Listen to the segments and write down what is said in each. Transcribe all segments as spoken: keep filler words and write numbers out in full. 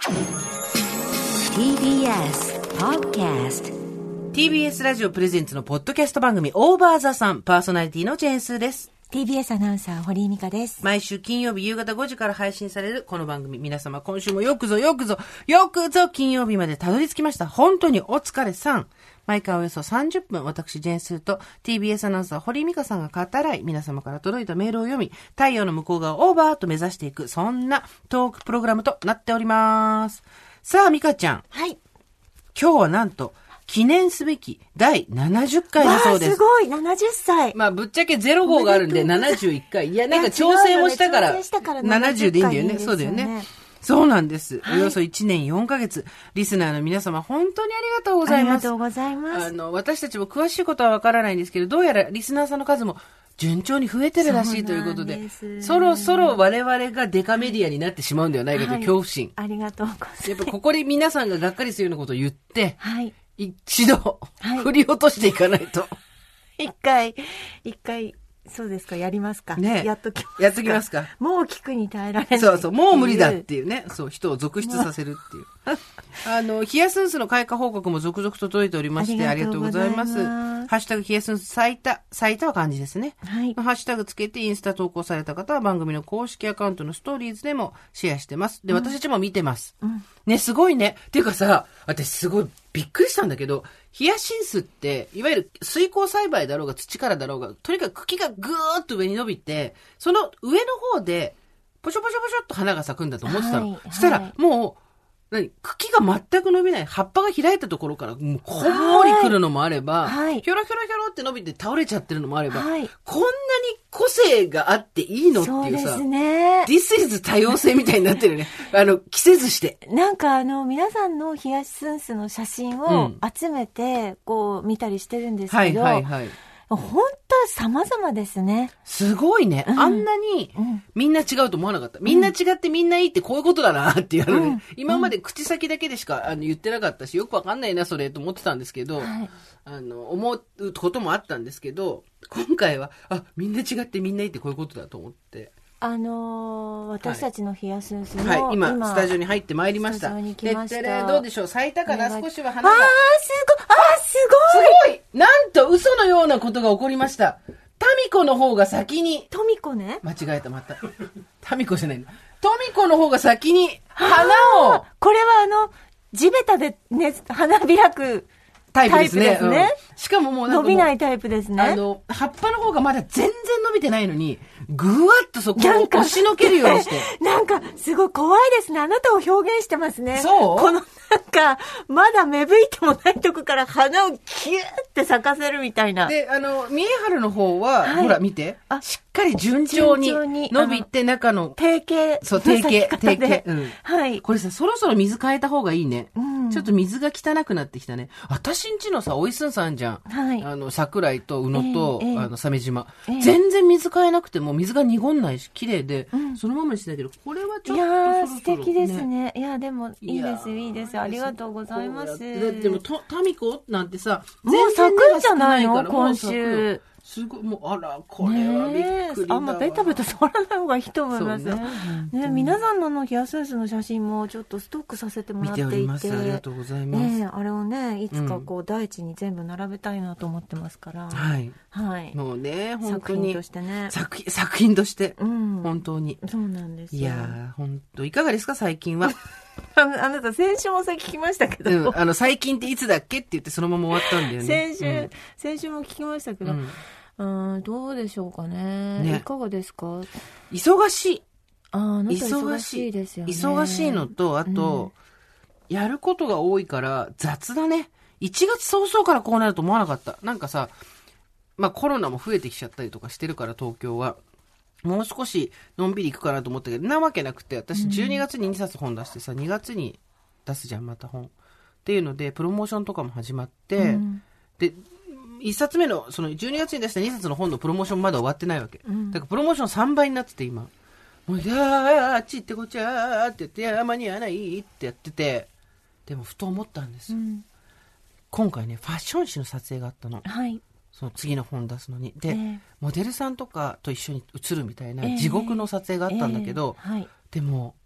ティービーエス Podcast。 ティービーエス ラジオプレゼンツのポッドキャスト番組オーバーザさん、パーソナリティのジェーンスーです。 ティービーエス アナウンサー堀井美香です。 毎週金曜日夕方ごじから配信されるこの番組、皆様今週もよくぞよくぞよくぞ金曜日までたどり着きました。本当にお疲れさん。毎回およそさんじゅっぷん、私ジェーンスーと ティービーエス アナウンサー堀井美香さんが語らい、皆様から届いたメールを読み、太陽の向こう側をオーバーと目指していく、そんなトークプログラムとなっております。さあ美香ちゃん、 はい、 今日はなんと記念すべきだいななじゅっかいだそうです。 すごい、ななじゅっさい。 まあ、ぶっちゃけゼロ号があるんでななじゅういっかい。いや、なんか調整もしたから、ななじゅうでいいんだよね。そうだよね。そうなんです。およそいちねんよんかげつ、リスナーの皆様、本当にありがとうございます。 ありがとうございます。 あの、私たちも詳しいことはわからないんですけど、どうやらリスナーさんの数も順調に増えてるらしいということで、そろそろ我々がデカメディアになってしまうんではないかという恐怖心。 はい、ありがとうございます。 やっぱここで皆さんががっかりするようなことを言って、 はい。 一度、はい、振り落としていかないと。 一回、一回、そうですか、やりますか。 ね、 やっときますか。 やっときますか。 もう聞くに耐えられない。 そうそう、もう無理だっていうね。そう、人を続出させるっていう。あの、ヒヤスンスの開花報告も続々と届いておりまして、ありがとうございます。ハッシュタグヒヤスンス最多、最多は漢字ですね。はい。ハッシュタグつけてインスタ投稿された方は番組の公式アカウントのストーリーズでもシェアしてます。で、私たちも見てます。うん、ね、すごいね。っていうかさ、私すごいびっくりしたんだけど、ヒヤシンスって、いわゆる水耕栽培だろうが土からだろうが、とにかく茎がぐーっと上に伸びて、その上の方で、ポショポショポショっと花が咲くんだと思ってたの。はい、そしたら、もう、何茎が全く伸びない、葉っぱが開いたところから、もうこんもり来るのもあれば、はい、ひょろひょろひょろって伸びて倒れちゃってるのもあれば、はい、こんなに個性があっていいのっていうさ、 そうですね。 This is 多様性みたいになってるね。あの、着せずして。 なんかあの、皆さんのヒヤシンスの写真を集めて、こう見たりしてるんですけど、はいはいはい。本当様々ですね。 すごいね。うん、あんなに、みんな違うと思わなかった。みんな違ってみんないいってこういうことだなっていうのね、うん。今まで口先だけでしかあの言ってなかったし、よくわかんないな、それと思ってたんですけど、はい、あの、思うこともあったんですけど、今回は、あ、みんな違ってみんないいってこういうことだと思って。 あのー、私たちのヒヤスンスの、 はいはい、今、今、スタジオに入ってまいりました。スタジオに来ました。で、どうでしょう、咲いたかな、少しは花が。 あー、すごい、あー、すごい。 すごいなんと、嘘のようなことが起こりました。タミコの方が先に。 トミコね。 間違えた、また。タミコじゃないの。トミコの方が先に、花を。 これはあの、地べたでね、花開く。 タイプですね。 ですね、 うん、しかももうなんかもう伸びないタイプですね。 あの、葉っぱの方がまだ全然伸びてないのに、ぐわっとそこを押しのけるようにして。 なんか、すごい怖いですね。あなたを表現してますね。 そうこのなんか、まだ芽吹いてもないとこから花をキューって咲かせるみたいな。 で、あの、三重春の方は、はい、ほら見て。あ、しっかり順調に伸びて中の。 定型。 そう、定型。定型。うん。 はい。 これさ、そろそろ水変えた方がいいね。うん。ちょっと水が汚くなってきたね。私んちのさ、おいすんさんじゃん。はい。あの、桜井と宇野と、えーえー、あの、鮫島、えー。全然水変えなくても水が濁んないし、綺麗で、うん、そのままにしてたけど、これはちょっとそろそろ、ね。 いやー、素敵ですね。いや、でも、いいですよ、いいですよ。ありがとうございます。 でも、タミコなんてさ、 もう咲くんじゃないの今週。 すごい、もう、あら、これはびっくりだわ。 あんまベタベタ触らない方がいいと思います。ね。ね、皆さんののヒヤスンスの写真もちょっとストックさせてもらっていて。 見ております。ありがとうございます。 ね、あれをね、いつかこう、大地に全部並べたいなと思ってますから。 はい。 はい。 もうね、本当に。 作品としてね。 作品、作品として。うん。本当に。 そうなんですよ。 いやー、本当いかがですか、最近は。 あなた、先週もさ、聞きましたけど、 うん。あの、最近っていつだっけって言ってそのまま終わったんだよね。 先週、 うん、 先週も聞きましたけど、うんうん、どうでしょうか ね, ね。いかがですか？ 忙しい。 ああ、あなた忙しいですよね。 忙しいのと、あと、うん、やることが多いから雑だね。いちがつ早々からこうなると思わなかった。なんかさ、まあコロナも増えてきちゃったりとかしてるから東京は。もう少しのんびり行くかなと思ったけど、なわけなくて、私じゅうにがつににさつ本出してさ、にがつに出すじゃん、また本。っていうので、プロモーションとかも始まって、うん、で、一冊目の、そのじゅうにがつに出したにさつの本のプロモーションまだ終わってないわけ。うん、だからプロモーションさんばいになってて今。もう、いやー、あっち行ってこっちゃーって言って、いやー、間に合わないってやってて、でもふと思ったんです。うん、今回ね、ファッション誌の撮影があったの。 はい。 その次の本出すのに。で、えー、モデルさんとかと一緒に写るみたいな地獄の撮影があったんだけど、 えーえーはい、 でも、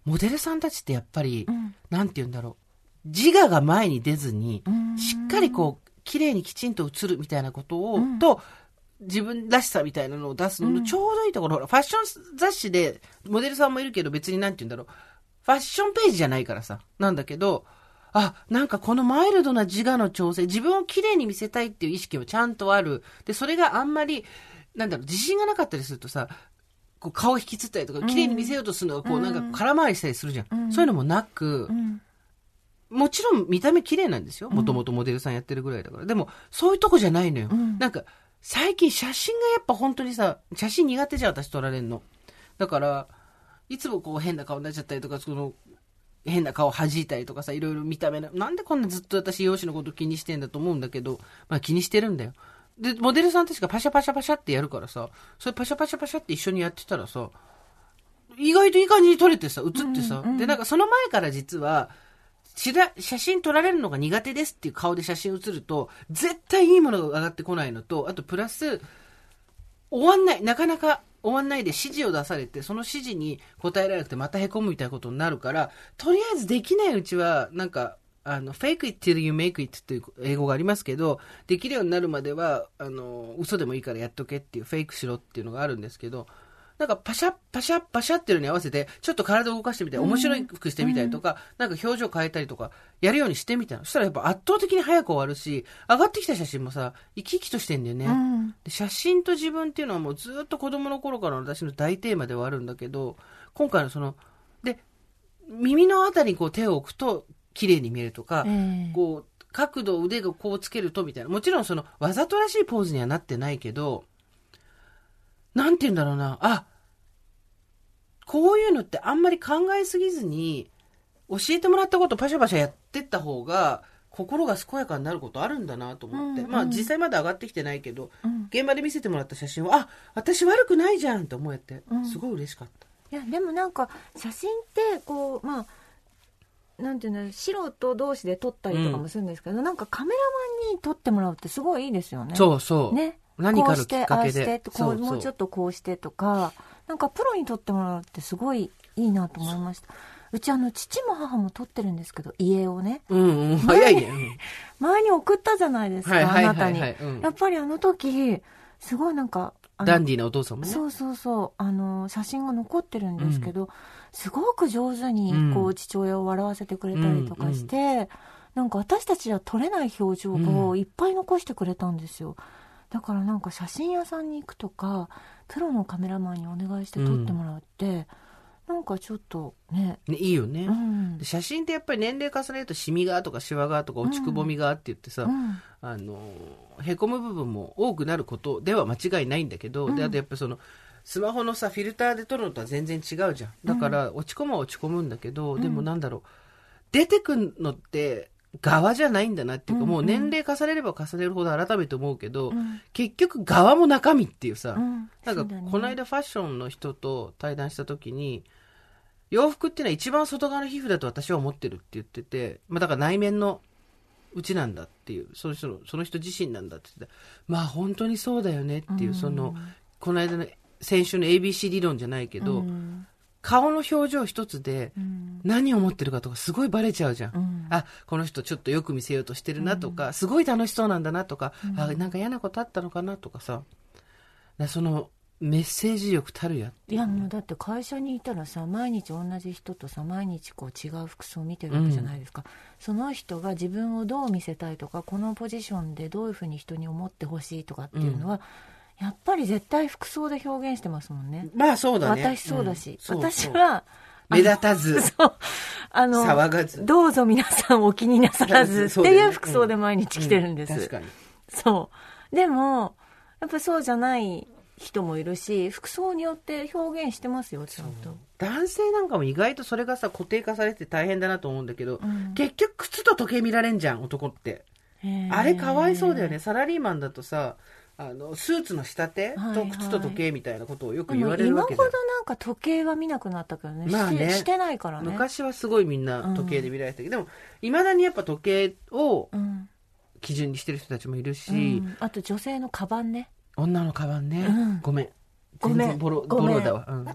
モデルさんたちってやっぱり、うん、なんて言うんだろう。自我が前に出ずに、しっかりこう、綺麗にきちんと映るみたいなことを、うん、と、自分らしさみたいなのを出すののちょうどいいところ、うん、ほら、ファッション雑誌で、モデルさんもいるけど別になんて言うんだろう。ファッションページじゃないからさ。なんだけど、あ、なんかこのマイルドな自我の調整、自分を綺麗に見せたいっていう意識もちゃんとある。で、それがあんまり、なんだろう、自信がなかったりするとさ、こう顔引きつったりとか、綺麗に見せようとするのがこう、なんか空回りしたりするじゃん。うん、そういうのもなく、うん、もちろん見た目綺麗なんですよ。もともとモデルさんやってるぐらいだから。でも、そういうとこじゃないのよ。うん、なんか、最近写真がやっぱ本当にさ、写真苦手じゃん、私撮られんの。だから、いつもこう変な顔になっちゃったりとか、その、変な顔弾いたりとかさ、いろいろ見た目な、なんでこんなずっと私容姿のこと気にしてんだと思うんだけど、まあ気にしてるんだよ。で、モデルさんたちがパシャパシャパシャってやるからさ、それパシャパシャパシャって一緒にやってたらさ、意外といい感じに撮れてさ、映ってさ、うんうん、で、なんかその前から実は、写真撮られるのが苦手ですっていう顔で写真写ると、絶対いいものが上がってこないのと、あとプラス、終わんない、なかなか終わんないで指示を出されて、その指示に答えられなくてまた凹むみたいなことになるから、とりあえずできないうちは、なんか、あの、fake it till you make it っていう英語がありますけど、できるようになるまでは、あの、嘘でもいいからやっとけっていう、フェイクしろっていうのがあるんですけど、なんかパシャッパシャッパシャっていうのに合わせて、ちょっと体を動かしてみたり、面白い服してみたりとか、うん、なんか表情変えたりとか、やるようにしてみたいな。そしたらやっぱ圧倒的に早く終わるし、上がってきた写真もさ、生き生きとしてんだよね。うん、で写真と自分っていうのはもうずっと子供の頃からの私の大テーマではあるんだけど、今回のその、で、耳のあたりにこう手を置くと綺麗に見えるとか、えー、こう、角度腕がこうつけるとみたいな。もちろんその、わざとらしいポーズにはなってないけど、なんて言うんだろうな。あ、こういうのってあんまり考えすぎずに、教えてもらったことパシャパシャやってった方が、心が健やかになることあるんだなと思って。うんうん、まあ実際まだ上がってきてないけど、うん、現場で見せてもらった写真は、あ、私悪くないじゃんと思えて、すごい嬉しかった。 うん、いや、でもなんか、写真って、こう、まあ、なんていうの、素人同士で撮ったりとかもするんですけど、うん、なんかカメラマンに撮ってもらうってすごいいいですよね。 そうそう。ね。何かのきっかけで。こうして、ああして、こう、そうそう、 もうちょっとこうしてとか、なんかプロに撮ってもらうってすごいいいなと思いました。うちあの父も母も撮ってるんですけど、家をね。 うんうん、早いね。 前に送ったじゃないですか、はいはいはいはい、あなたに、うん。やっぱりあの時、すごいなんか、 ダンディーなお父さんもね。 そうそうそう、あの、写真が残ってるんですけど、うん、すごく上手にこう父親を笑わせてくれたりとかして、うんうん、なんか私たちは撮れない表情をいっぱい残してくれたんですよ。だからなんか写真屋さんに行くとか、プロのカメラマンにお願いして撮ってもらうって、うん、なんかちょっと ね, ねいいよね、うん、写真ってやっぱり年齢重ねるとシミがとかシワがとか落ちくぼみがって言ってさ、うん、あのへこむ部分も多くなることでは間違いないんだけど、うん、であとやっぱりそのスマホのさフィルターで撮るのとは全然違うじゃん。だから落ち込むは落ち込むんだけど、うん、でもなんだろう、出てくんのって側じゃないんだなっていうか、うんうん、もう年齢重ねれば重ねるほど改めて思うけど、うん、結局側も中身っていうさ、うん、なんかこの間ファッションの人と対談した時に、洋服っていうのは一番外側の皮膚だと私は思ってるって言ってて、まあ、だから内面のうちなんだっていう、その人のその人自身なんだって言ってた。まあ本当にそうだよねっていう、うん、そのこの間の先週の エービーシー 理論じゃないけど、うん、顔の表情一つで何を思ってるかとかすごいバレちゃうじゃん、うん、あ、この人ちょっとよく見せようとしてるなとか、うん、すごい楽しそうなんだなとか、うん、あ、なんか嫌なことあったのかなとかさ、そのメッセージ力たるやっていう。 いやもうだって会社にいたらさ、毎日同じ人とさ、毎日こう違う服装を見てるわけじゃないですか、うん、その人が自分をどう見せたいとか、このポジションでどういうふうに人に思ってほしいとかっていうのは、うん、やっぱり絶対服装で表現してますもんね。 まあそうだね。 私そうだし、うん、そうそう、私は目立たず、 そうあの騒がず、 どうぞ皆さんお気になさらずっていう服装で毎日着てるんです、うんうん、確かに。そうでもやっぱそうじゃない人もいるし、服装によって表現してますよ、ちゃんと。 男性なんかも意外とそれがさ固定化されて大変だなと思うんだけど、うん、結局靴と時計見られんじゃん、男って。あれかわいそうだよね。サラリーマンだとさ、あのスーツの仕立てと靴と時計みたいなことをよく言われるわけじゃん。 今ほどなんか時計は見なくなったけどね、まあ、ね し, してないからね。 昔はすごいみんな時計で見られてたけど、うん、でもいまだにやっぱ時計を基準にしてる人たちもいるし、うんうん、 あと女性のカバンね、 女のカバンね、うん、ごめんごめんボロボロだわ、うん、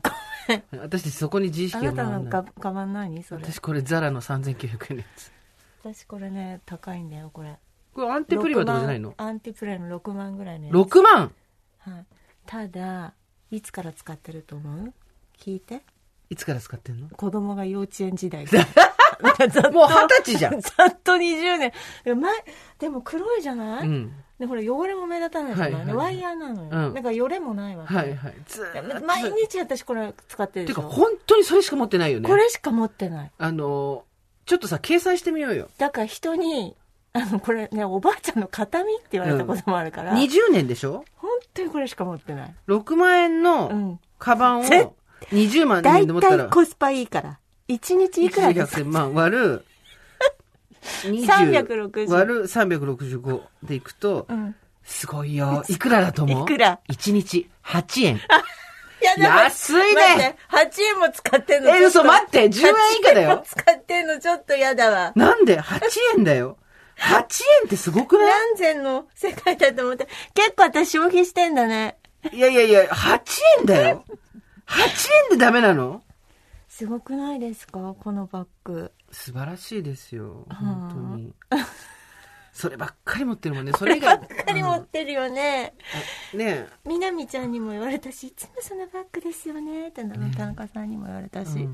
私そこに自意識あなたが回らない。 のかカバン何それ。 私これザラのさんぜんきゅうひゃくえんのやつ。 私これね高いんだよこれ。 これアンテプリマとかじゃないの？ アンテプリマろくまんぐらいのやつ。 ろくまん。 はい。ただいつから使ってると思う？聞いて。 いつから使ってんの？ 子供が幼稚園時代。 もう二十歳じゃん。 ざっとにじゅうねん。前でも黒いじゃない？うん。でほら汚れも目立たないじゃない、はいはい、ワイヤーなのよ、うん、だからよれもないわけ。はいはい。ずー毎日私これ使ってるでしょ。 てか本当にそれしか持ってないよね。 これしか持ってない。 あのちょっとさ計算してみようよ。 だから人にあのこれねおばあちゃんの形見って言われたこともあるから、 うん、にじゅうねんでしょ。 本当にこれしか持ってない。 ろくまんえんのカバンをにじゅうまん円で持ったらだいたいコスパいいからいちにちいくらですか。 ひゃくまん割るさんびゃくろくじゅう割るさんびゃくろくじゅうごでいくと、うん、すごいよ。いくらだと思う？ いくら？ いちにちはちえん。 やだ安いね。 はちえんも使ってんの。 え、嘘待って。じゅうえん以下だよ。はちえんも使ってんのちょっとやだわ。 なんで はちえんだよ。はちえんってすごくない？ 何千の世界だと思って。結構私消費してんだね。 いやいやいや、はちえんだよ。はちえんでダメなの？ すごくないですかこのバッグ。 素晴らしいですよ。本当に。そればっかり持ってるもんね。それ以外ばっかり持ってるよね。 うん、ねえ。 みなみちゃんにも言われたし、いつもそのバッグですよね。って田中さんにも言われたし。うん、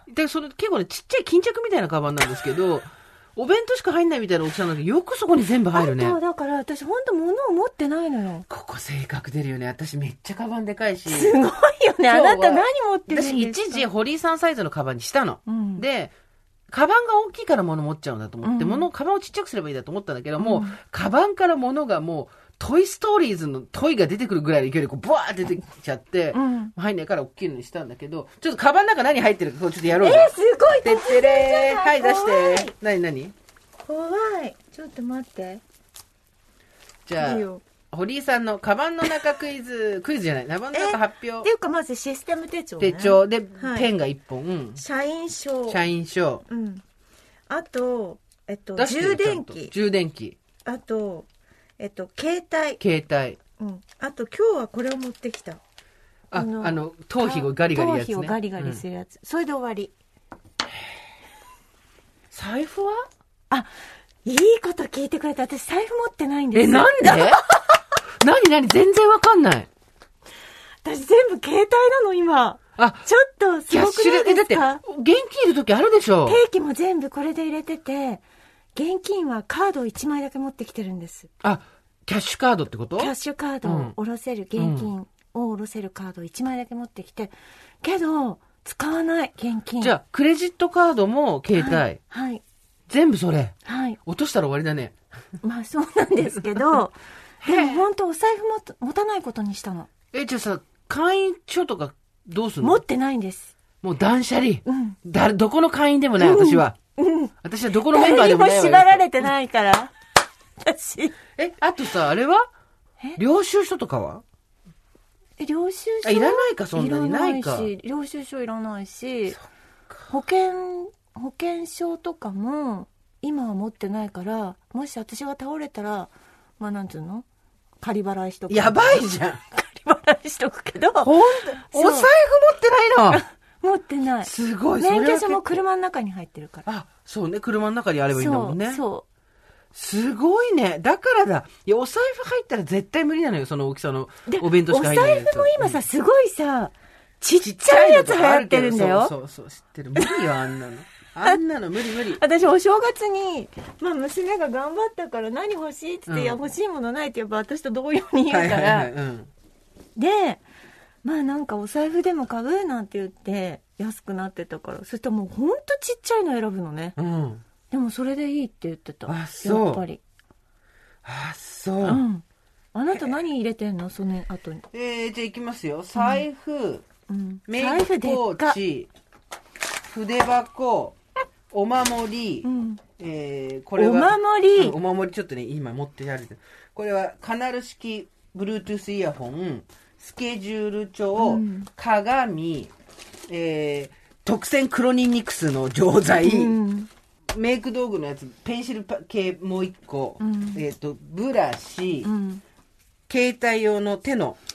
で、それ結構ね、ちっちゃい巾着みたいなカバンなんですけど、お弁当しか入んないみたいな大きさなんだけど、よくそこに全部入るね。 あとだから私本当物を持ってないのよ。 ここ性格出るよね。私めっちゃカバンでかいし。 すごいよね。あなた何持ってるんですか？ 私一時堀井さんサイズのカバンにしたの。うん、で、カバンが大きいから物持っちゃうんだと思って、うん、物、カバンをちっちゃくすればいいだと思ったんだけども、うん、カバンから物がもう、トイストーリーズのトイが出てくるぐらいの勢いでこう、ブワーって出てきちゃって、うん、入んないから大きいのにしたんだけど、ちょっとカバンの中何入ってるかちょっとやろうよ。 えー、すごいてってれー。はい、出して。何何怖い。ちょっと待って。 じゃあ、いいよ。堀井さんのカバンの中クイズ、クイズじゃない、カバンの中発表。 っていうかまずシステム手帳ね。 手帳で、はい、ペンがいっぽん。 社員証。 社員証。 うん。あと、えっと、充電器。 充電器。 あと、えっと、携帯。 携帯。 うん。あと、今日はこれを持ってきた。 あ、あの、あの頭皮をガリガリやつね。 頭皮をガリガリするやつ。うん、それで終わり。 財布は？ あ、いいこと聞いてくれた。私、財布持ってないんです。 え、なんで？何何全然わかんない。 私、全部携帯なの、今。あ、ちょっと、すごくないですか？ だって、現金いるときあるでしょ。 定期も全部これで入れてて、現金はカードをいちまいだけ持ってきてるんです。 あ、キャッシュカードってこと？ キャッシュカードを下ろせる、うん、現金を下ろせるカードをいちまいだけ持ってきて、けど、使わない、現金。 じゃあ、クレジットカードも携帯。はい。 はい、 全部それ。 はい。 落としたら終わりだね。 まあ、そうなんですけど、でも本当お財布も持たないことにしたの。 え、じゃあさ、会員証とかどうするの？ 持ってないんです。 もう断捨離。 うん。 だ、どこの会員でもない、私は。うん。私はどこのメンバーでもないわよ。 誰にも縛られてないから。私。 え、あとさ、あれは？領収書とかは？ え、領収書？ あ、いらないか、そんなにないか。 いらないし、領収書いらないし、保険、保険証とかも、今は持ってないから、もし私が倒れたら、まあなんつうの？仮払いしとく。 やばいじゃん。 仮払いしとくけど。 ほんと？お財布持ってないの？ 持ってない。 すごい。 免許証も車の中に入ってるから。 あ、そうね。車の中にあればいいんだもんね。 そう。そうすごいね。だからだ。いや、お財布入ったら絶対無理なのよ。その大きさのお弁当しか入ってないやつ。 お財布も今さ、すごいさ、ちっちゃいやつ流行ってるんだよ。 そうそうそう、知ってる。無理よ、あんなの。あんなの無理無理。 私、お正月に、まあ、娘が頑張ったから何欲しいって言って、うん、いや、欲しいものないってやっぱ私と同様に言うから。はいはいはい、うん、で、まあなんかお財布でも買うなんて言って、安くなってたから。そしたらもうほんとちっちゃいの選ぶのね。うん。でもそれでいいって言ってた。 あ、そう。 やっぱり。 あ、そう。 うん。あなた何入れてんのその後に。 えー、じゃあいきますよ。財布、 うん、 メイクポーチ、筆箱、お守り、うん、えー、これは。 お守り、 うん、お守りちょっとね、今持ってやる。これはカナル式 Bluetooth イヤホン、スケジュール帳、うん、鏡、えー、特選黒ニンニクスの錠剤、うん、メイク道具のやつ、ペンシル系もう一個、うん、えっと、ブラシ、うん、携帯用の手の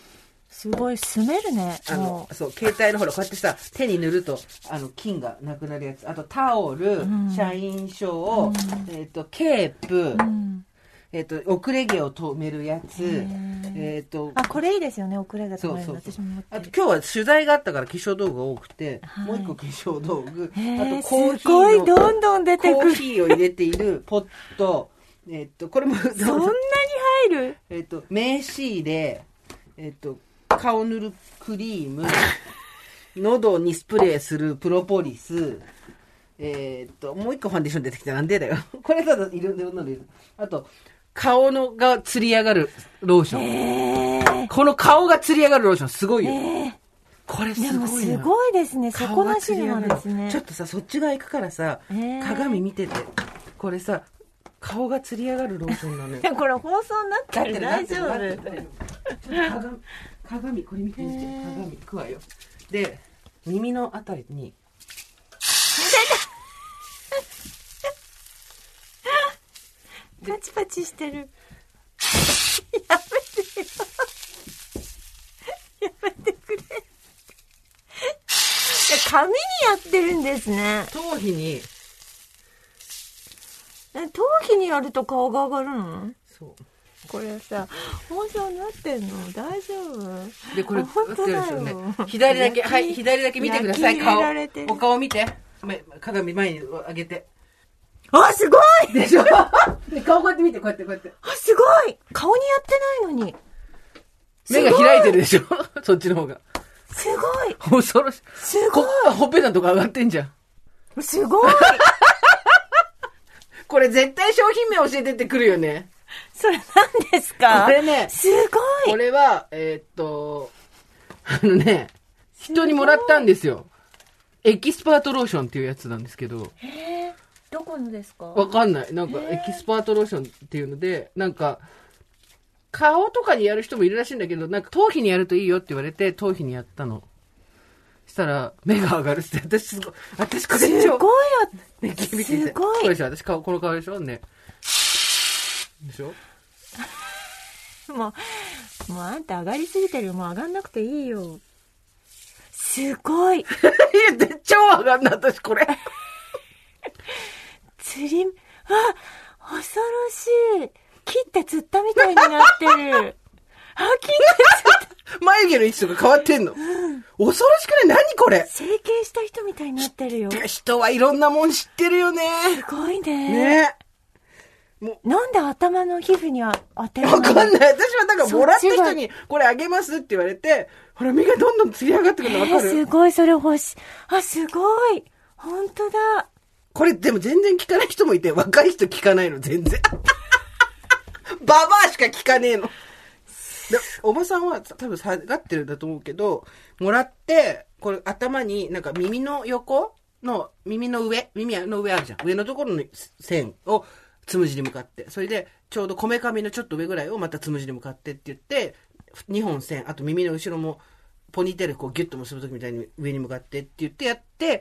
すごい、住めるね。 あの、そう、携帯のほら、こうやってさ、手に塗ると、あの、菌がなくなるやつ。あと、タオル、うん、社員証、うん、えっ、ー、と、ケープ、うん、えっ、ー、と、遅れ毛を止めるやつ、えっ、ー、と、 あ、これいいですよね、遅れ毛止めるの。 そうそう。 私も持ってる。 あと、今日は取材があったから化粧道具が多くて、はい、もう一個化粧道具、あと、コーヒーの、 すごい、どんどん出てくる。 コーヒーを入れているポット、えっ、と、これも、 そんなに入るえっ、と、名刺で、えっ、と、顔塗るクリーム、喉にスプレーするプロポリス、えー、っと、もう一個ファンデーション出てきた。なんでだよ。これただいろいろなのいる。あと、顔のがつり上がるローション。えー、この顔がつり上がるローションすごいよ。えー、これすごいな。でもすごいですね。底なしのですね。 ちょっとさ、そっち側行くからさ、えー、鏡見てて。これさ、顔がつり上がるローションなのよ。 これ放送になってる大丈夫？ 鏡鏡これ見てみて、鏡くわよ。で耳のあたりにパチパチしてる。やめてよやめてくれ。いや髪にやってるんですね。 頭皮に。 え、頭皮にやると顔が上がるの？そう。これさ、放送になってんの大丈夫？ で、これ、本当だよね。左だけ、はい、左だけ見てください、顔。お顔見て。鏡前に上げて。 あ、すごいでしょで、顔こうやって見て、こうやって、こうやって。 あ、すごい顔にやってないのに。 目が開いてるでしょそっちの方が。 すごい恐ろしい。 すごいほっぺたのとこ上がってんじゃん。 すごいこれ絶対商品名教えてってくるよね。 それ何ですか？ これね、 すごい。 これは、えー、っと、あのね、人にもらったんですよ。エキスパートローションっていうやつなんですけど。 へー、どこのですか？ わかんない。なんか、エキスパートローションっていうので、なんか、顔とかにやる人もいるらしいんだけど、なんか頭皮にやるといいよって言われて、頭皮にやったの。したら、目が上がるって、私すごい、私これすごいよ。 ね、見て見て。 すごい。 これでしょ、私顔、この顔でしょね。でしょもう、もうあんた上がりすぎてるよ。もう上がんなくていいよ。すごい。いや、で、超上がんない、私これ。 釣り、あ、恐ろしい。切って釣ったみたいになってる。あ、切って釣った。 眉毛の位置とか変わってんの。うん、恐ろしくない？何これ？ 整形した人みたいになってるよ。 人はいろんなもん知ってるよね。 すごいね。 ね。 もうなんで頭の皮膚には当てるの？ わかんない。私はだからもらった人にこれあげますって言われて、ほら目がどんどんつり上がってくるのわかる？ すごい、それ欲しい。あ、すごい。本当だ。 これでも全然聞かない人もいて、若い人聞かないの、全然。ババアしか聞かねえの。でおばさんは多分下がってるんだと思うけど、もらって、これ頭になんか耳の横の、耳の上、耳の上あるじゃん。上のところの線をつむじに向かって。それで、ちょうどこめかみのちょっと上ぐらいをまたつむじに向かってって言って、にほん線、あと耳の後ろもポニーテールこうギュッと結ぶときみたいに上に向かってって言ってやって、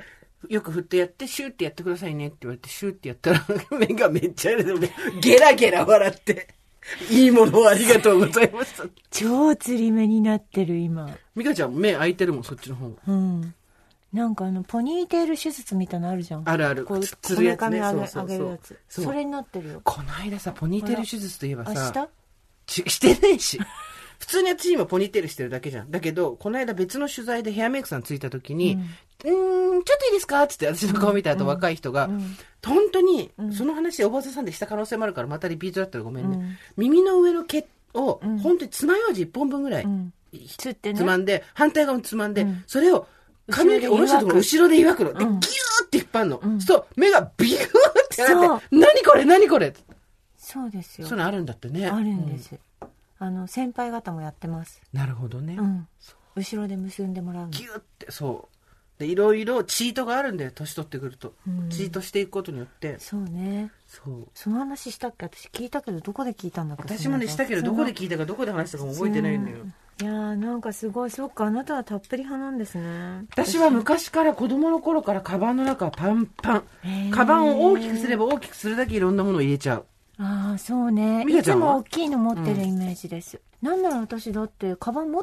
よく振ってやって、シューってやってくださいねって言われて、シューってやったら、目がめっちゃあれで、ゲラゲラ笑って、いいものをありがとうございました。 超釣り目になってる、今。 ミカちゃん目開いてるもん、そっちの方が。 うん。なんかあの、ポニーテール手術みたいなのあるじゃん。 あるある。 こう、 つるやつね。 そうそうそう。上げるやつ。そ, それになってるよ。 この間さ、ポニーテール手術といえばさ、 明日し、してねえし。普通に私今ポニーテールしてるだけじゃん。だけど、この間別の取材でヘアメイクさんついた時に、うん、ーん、ちょっといいですかって言って私の顔見た後、うん、若い人が、うん、本当に、うん、その話おばあさんでした可能性もあるからまたリピートだったらごめんね。うん、耳の上の毛を、うん、本当に爪楊枝いっぽんぶんぐらい、うん、つってね、つまんで、反対側につまんで、うん、それを髪の毛下ろしたところ後ろで曰くの。で、ギューって引っ張るの。うん、そう、目がビューってなって、何これ何これそうですよ。 そういうのあるんだってね。 あるんです。うん、あの先輩方もやってます。 なるほどね。 うん、後ろで結んでもらうの。 ギューってそうでいろいろチートがあるんだよ。年取ってくると、うん、チートしていくことによって。 そうね。そうその話したっけ？私聞いたけどどこで聞いたんだっけ？ 私もねしたけどどこで聞いたかどこで話したかも覚えてないんだよ。 いやーなんかすごい。そっか、あなたはたっぷり派なんですね。 私は昔から子供の頃からカバンの中はパンパン。カバンを大きくすれば大きくするだけいろんなものを入れちゃう。 ああそうね。いつも大きいの持ってるイメージです。うん、なんなら私だってカバン持って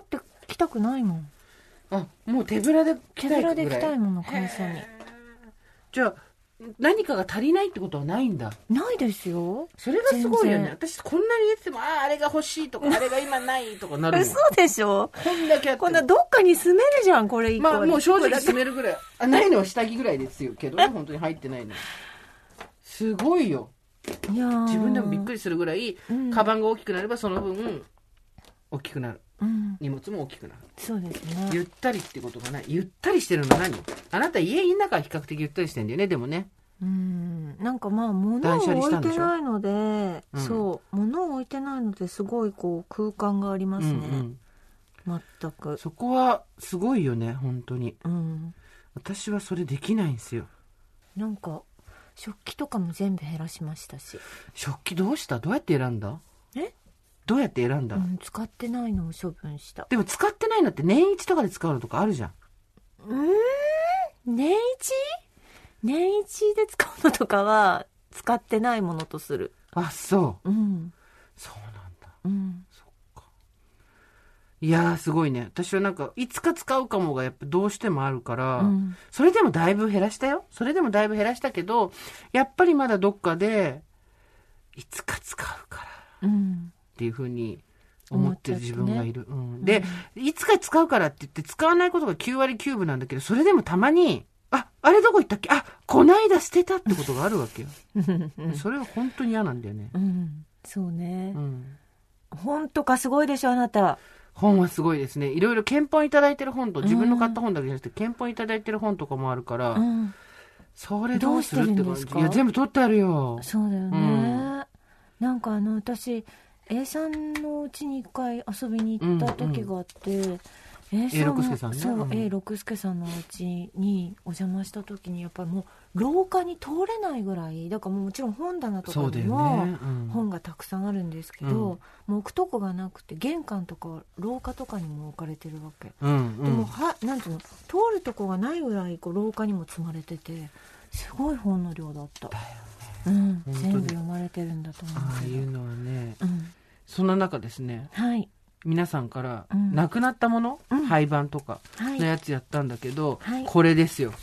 着たくないもん。 あ、もう手ぶらで着たいぐらい。 手ぶらで着たいもの、会社に。 じゃあ何かが足りないってことはないんだ。 ないですよ。 それがすごいよね。私こんなに言っても、ああ、あれが欲しいとか、あれが今ないとかなるもん。 嘘でしょ。 こんだけあって。 こんなどっかに住めるじゃん、これ一個。 まあもう正直住めるぐらい。あ、ないのは下着ぐらいですよけどね、本当に入ってないの。すごいよ。 いや自分でもびっくりするぐらい、うん、カバンが大きくなればその分大きくなる。うん、荷物も大きくなる。 そうですね。 ゆったりってことがない。ゆったりしてるの何？あなた家の中は比較的ゆったりしてんだよね、でもね。 うん、なんかまあ物を置いてないので、うん、そう物を置いてないのですごいこう空間がありますね、うんうん、全く。 そこはすごいよね本当に、 うん、 私はそれできないんですよ。 なんか食器とかも全部減らしましたし。 食器どうした？どうやって選んだ？ え？ どうやって選んだ？ うん、使ってないのを処分した。 でも使ってないのって年一とかで使うのとかあるじゃん。 うーん、年一？年一で使うのとかは使ってないものとする。 あ、そう。 うん。 そうなんだ。 うん。 そっか。いやーすごいね。私はなんかいつか使うかもがやっぱどうしてもあるから、うん、それでもだいぶ減らしたよ。それでもだいぶ減らしたけど、やっぱりまだどっかでいつか使うから、うん、っていう風に思ってる自分がいる。ね、うん、で、うん、いつか使うからって言って使わないことがきゅうわりきゅうぶなんだけど、それでもたまにあ、あれどこ行ったっけ？あ、こないだ捨てたってことがあるわけよ。それは本当に嫌なんだよね。 うん、そうね。うん、本とかすごいでしょあなた。 本はすごいですね。いろいろ検本いただいてる本と、自分の買った本だけじゃなくて、検本いただいてる本とかもあるから、うん、それどうするって感じ。いや、全部取ってあるよ。 そうだよね。うん、なんかあの、私、A さんのうちに一回遊びに行った時があって、うんうん、A 六輔さんね。 そう、うん、A 六輔さんのお家にお邪魔した時にやっぱりもう廊下に通れないぐらいだからもうもちろん本棚とかにも本がたくさんあるんですけど、うん、もう置くとこがなくて玄関とか廊下とかにも置かれてるわけ、 うんうん、 でもはなんていうの通るとこがないぐらいこう廊下にも積まれててすごい本の量だった。 だよね、うん、全部読まれてるんだと思うけど。 ああいうのはね、 うん、 そんな中ですね、 はい、 皆さんから、うん、なくなったもの、うん、廃盤とかのやつやったんだけど、はい、これですよ。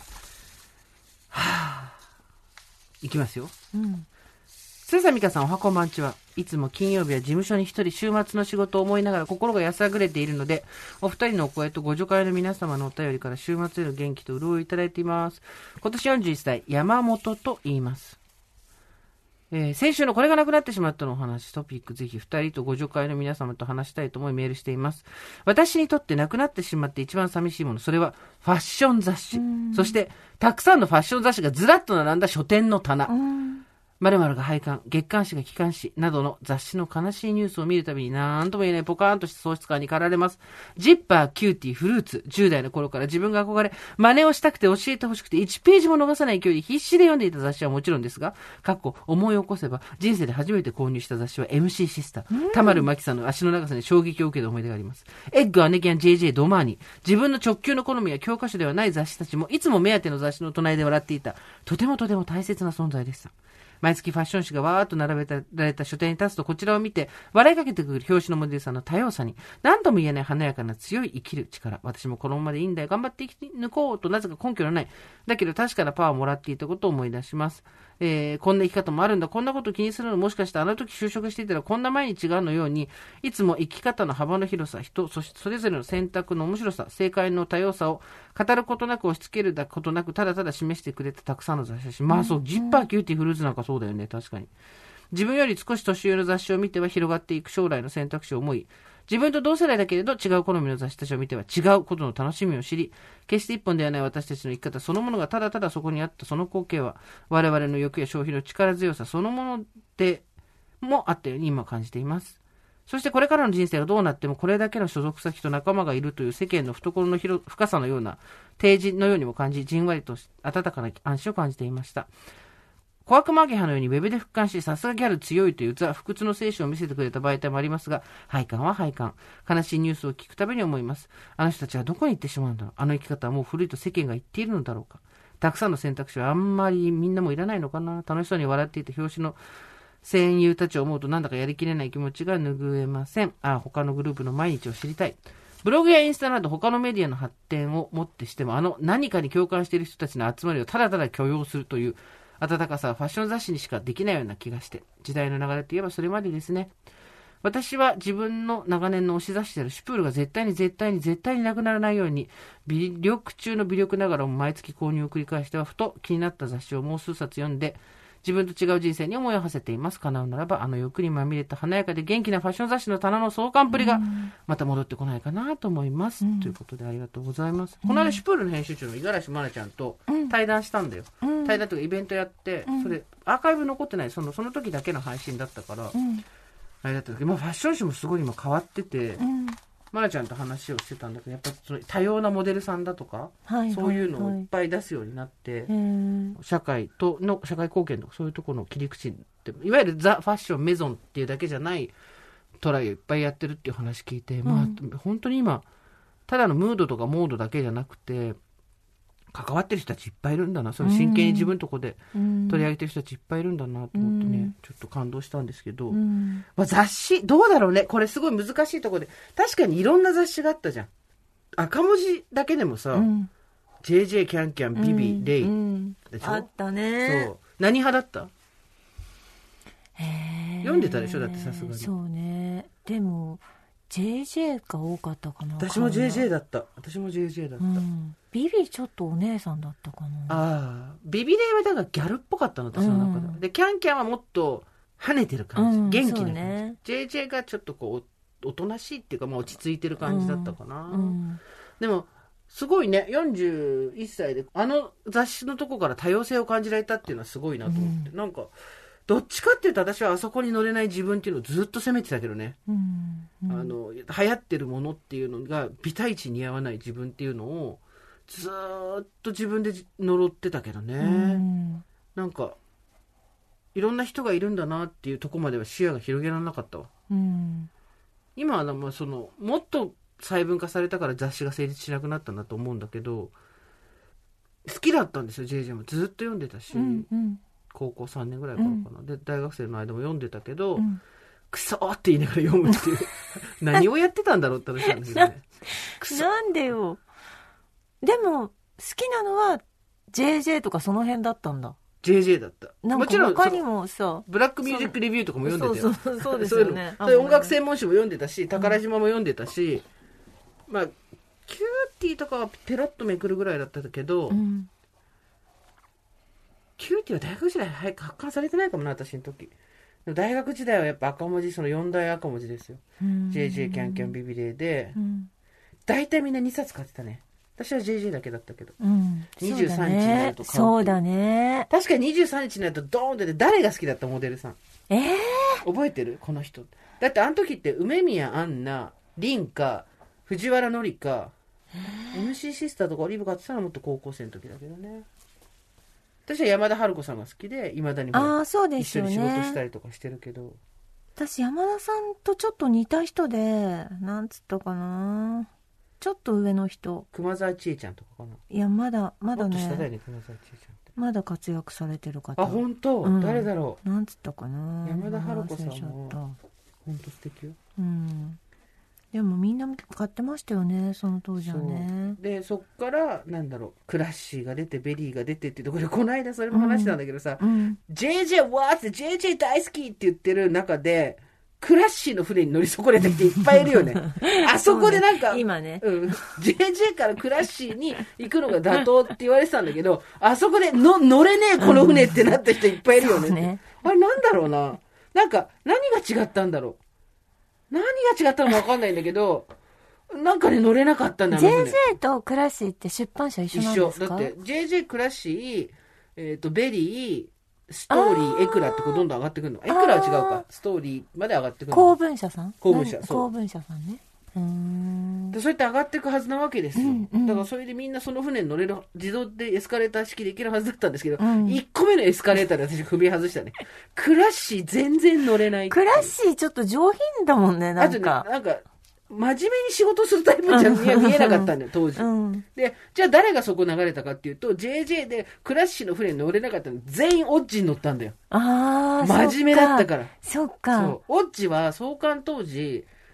はぁ、いきますよ。 うん。 鈴田美香さん、おはこんばんちは。いつも金曜日は事務所に一人週末の仕事を思いながら心が安らぐれているので、お二人のお声とご助会の皆様のお便りから週末への元気と潤いをいただいています。今年よんじゅういっさい、山本と言います。えー、先週のこれがなくなってしまったのお話、トピックぜひ二人とご助会の皆様と話したいと思いメールしています。私にとってなくなってしまって一番寂しいもの、それはファッション雑誌。そして、たくさんのファッション雑誌がずらっと並んだ書店の棚。〇〇が廃刊、月刊誌が機関誌などの雑誌の悲しいニュースを見るたびになんとも言えないポカーンとした喪失感に駆られます。ジッパー、キューティー、フルーツ、じゅう代の頃から自分が憧れ、真似をしたくて教えてほしくていちページも逃さない勢いで必死で読んでいた雑誌はもちろんですが、かっこ思い起こせば人生で初めて購入した雑誌は エムシー シスター。田丸真紀さんの足の長さに衝撃を受けた思い出があります。エッグ、アネキャン、ジェイジェイ、ドマーニ。自分の直球の好みや教科書ではない雑誌たちもいつも目当ての雑誌の隣で笑っていた。とてもとても大切な存在でした。毎月ファッション誌がわーっと並べられた書店に立つとこちらを見て笑いかけてくる表紙のモデルさんの多様さに何とも言えない華やかな強い生きる力。私もこのままでいいんだよ。頑張って生き抜こうとなぜか根拠のない。だけど確かなパワーをもらっていたことを思い出します。えー、こんな生き方もあるんだ。こんなこと気にするのもしかしてあの時就職していたらこんな毎日がのようにいつも生き方の幅の広さ、人、そしてそれぞれの選択の面白さ、正解の多様さを語ることなく押し付けることなくただただ示してくれたたくさんの雑誌。まあそう、ジッパー、キューティー、フルーツなんかそうだよね。確かに。自分より少し年上の雑誌を見ては広がっていく将来の選択肢を思い、自分と同世代だけれど違う好みの雑誌たちを見ては違うことの楽しみを知り、決して一本ではない私たちの生き方そのものがただただそこにあったその光景は我々の欲や消費の力強さそのものでもあったように今感じています。そしてこれからの人生がどうなってもこれだけの所属先と仲間がいるという世間の懐の広深さのような提示のようにも感じ、じんわりと温かな安心を感じていました。小悪魔ゲハのようにウェブで復刊し、さすがギャル強いというザ・不屈の精神を見せてくれた媒体もありますが、廃刊は廃刊。悲しいニュースを聞くたびに思います。あの人たちはどこに行ってしまうんだろう。あの生き方はもう古いと世間が言っているのだろうか。たくさんの選択肢はあんまりみんなもいらないのかな。楽しそうに笑っていた表紙の戦友たちを思うとなんだかやりきれない気持ちが拭えません。ああ、他のグループの毎日を知りたい。 ブログやインスタなど他のメディアの発展をもってしても、あの何かに共感している人たちの集まりをただただ許容するという温かさはファッション雑誌にしかできないような気がして、時代の流れといえばそれまでですね。私は自分の長年の推し雑誌であるシュプールが絶対に絶対に絶対になくならないように、微力中の微力ながらも毎月購入を繰り返しては、ふと気になった雑誌をもう数冊読んで、自分と違う人生に思いを馳せています。叶うならば、あの欲にまみれた華やかで元気なファッション雑誌の棚の相関っぷりが、また戻ってこないかなと思います。うん、ということでありがとうございます。うん、この間、シュプールの編集長の五十嵐愛菜ちゃんと対談したんだよ。うん、対談というかイベントやって、うん、それ、アーカイブ残ってない、その、その時だけの配信だったから、うんあれだったけど、まあ、ファッション誌もすごい今変わってて、うん、まなちゃんと話をしてたんだけど、やっぱその多様なモデルさんだとか、はいはいはい、そういうのをいっぱい出すようになって、社会との社会貢献とかそういうところの切り口って、いわゆるザ・ファッションメゾンっていうだけじゃないトライをいっぱいやってるっていう話聞いて、うん、まあ本当に今ただのムードとかモードだけじゃなくて。関わってる人たちいっぱいいるんだな、その真剣に自分のとこで取り上げてる人たちいっぱいいるんだなと思ってね、うん、ちょっと感動したんですけど、うんまあ、雑誌どうだろうね、これすごい難しいところで、確かにいろんな雑誌があったじゃん。赤文字だけでもさ、うん、ジェイジェイ キャンキャンビビ、うん、レイ、うん、でしょ。 あったね。 そう何派だった？読んでたでしょだってさすがに。 そうね。でもジェイジェイ が多かったかな。 私も ジェイジェイ だった。私も ジェイジェイ だった。うん、 ビビちょっとお姉さんだったかな。ああ、ビビレイはだからギャルっぽかったの私の中で、うん、でキャンキャンはもっと跳ねてる感じ、うん、元気な感じ、ね、ジェイジェイ がちょっとこうおとなしいっていうか、まあ、落ち着いてる感じだったかな、うんうん、でもすごいね、よんじゅういっさいであの雑誌のとこから多様性を感じられたっていうのはすごいなと思って、うん、なんかどっちかっていうと私はあそこに乗れない自分っていうのをずっと責めてたけどね、うんうん、あの流行ってるものっていうのがビタイチ似合わない自分っていうのをずっと自分で呪ってたけどね、うん、なんかいろんな人がいるんだなっていうとこまでは視野が広げられなかったわ、うん、今はまあそのもっと細分化されたから雑誌が成立しなくなったんだと思うんだけど、好きだったんですよ ジェイジェイ もずっと読んでたし、うんうん高校さんねんぐらいからかな、うん、で大学生の間も読んでたけど、うん、クソーって言いながら読むっていう何をやってたんだろうって話なんですよねクソなんでよ。でも好きなのは ジェイジェイ とかその辺だったんだ。 ジェイジェイ だった。 なんか他にもさブラックミュージックレビューとかも読んでたよ。 そうそうそうですよねそういうの音楽専門誌も読んでたし宝島も読んでたし、うん、まあキューティーとかはペロッとめくるぐらいだったけど、うんキューティーは大学時代発刊されてないかもな私の時。大学時代はやっぱ赤文字そのよん大赤文字ですよ。ジェイジェイ キャンキャンビビレイで、うん、大体みんなにさつ買ってたね。私は ジェイジェイ だけだったけど、うん、にじゅうさんにちになると買う。 そうだね。 確かににじゅうさんにちになるとドーンって誰が好きだったモデルさん。 えー、 覚えてるこの人。だってあの時って梅宮アンナ、凛花、藤原紀香、エムシー シスターとかオリーブ買ってたのはもっと高校生の時だけどね。私は山田春子さんが好きでいまだにも一緒に仕事したりとかしてるけど、 私山田さんとちょっと似た人でなんつったかな、ちょっと上の人、 熊沢千恵ちゃんとかかな。 いやまだまだね、 もっと下だよね熊沢千恵ちゃんって。 まだ活躍されてる方。 あ本当、うん、誰だろう。なんつったかな。 山田春子さんも本当素敵よ。 うんでもみんな買ってましたよねその当時はね。 でそっからなんだろうクラッシーが出てベリーが出てっていうところでこの間それも話したんだけどさ、うんうん、ジェイジェイ わーって ジェイジェイ 大好きって言ってる中でクラッシーの船に乗り損ねた人いっぱいいるよねあそこでなんか、 ね、今ね、 うん、ジェイジェイ からクラッシーに行くのが妥当って言われてたんだけどあそこでの乗れねえこの船ってなった人いっぱいいるよ ね, ねあれなんだろうな、なんか何が違ったんだろう、何が違ったのか分かんないんだけどなんかね乗れなかったんだよ。 ジェイジェイ とクラッシーって出版社一緒なんですか？ 一緒だって ジェイジェイ クラッシー、えー、とベリーストーリーエクラってこうどんどん上がってくるの。エクラは違うか、ストーリーまで上がってくるの。 公文社さん公文社そう公文社さんね。うーんでそうやって上がっていくはずなわけですよ、うんうん、だからそれでみんなその船に乗れる自動でエスカレーター式で行けるはずだったんですけど、うん、いっこめのエスカレーターで私踏み外したねクラッシー全然乗れない。 クラッシーちょっと上品だもんね。なんかあとねなんか真面目に仕事するタイプじゃ見えなかったんだよ当時、うん、でじゃあ誰がそこ流れたかっていうと ジェイジェイ でクラッシーの船に乗れなかったの全員オッジに乗ったんだよ。 あ真面目だったから。 そっかそうオッジは創刊当時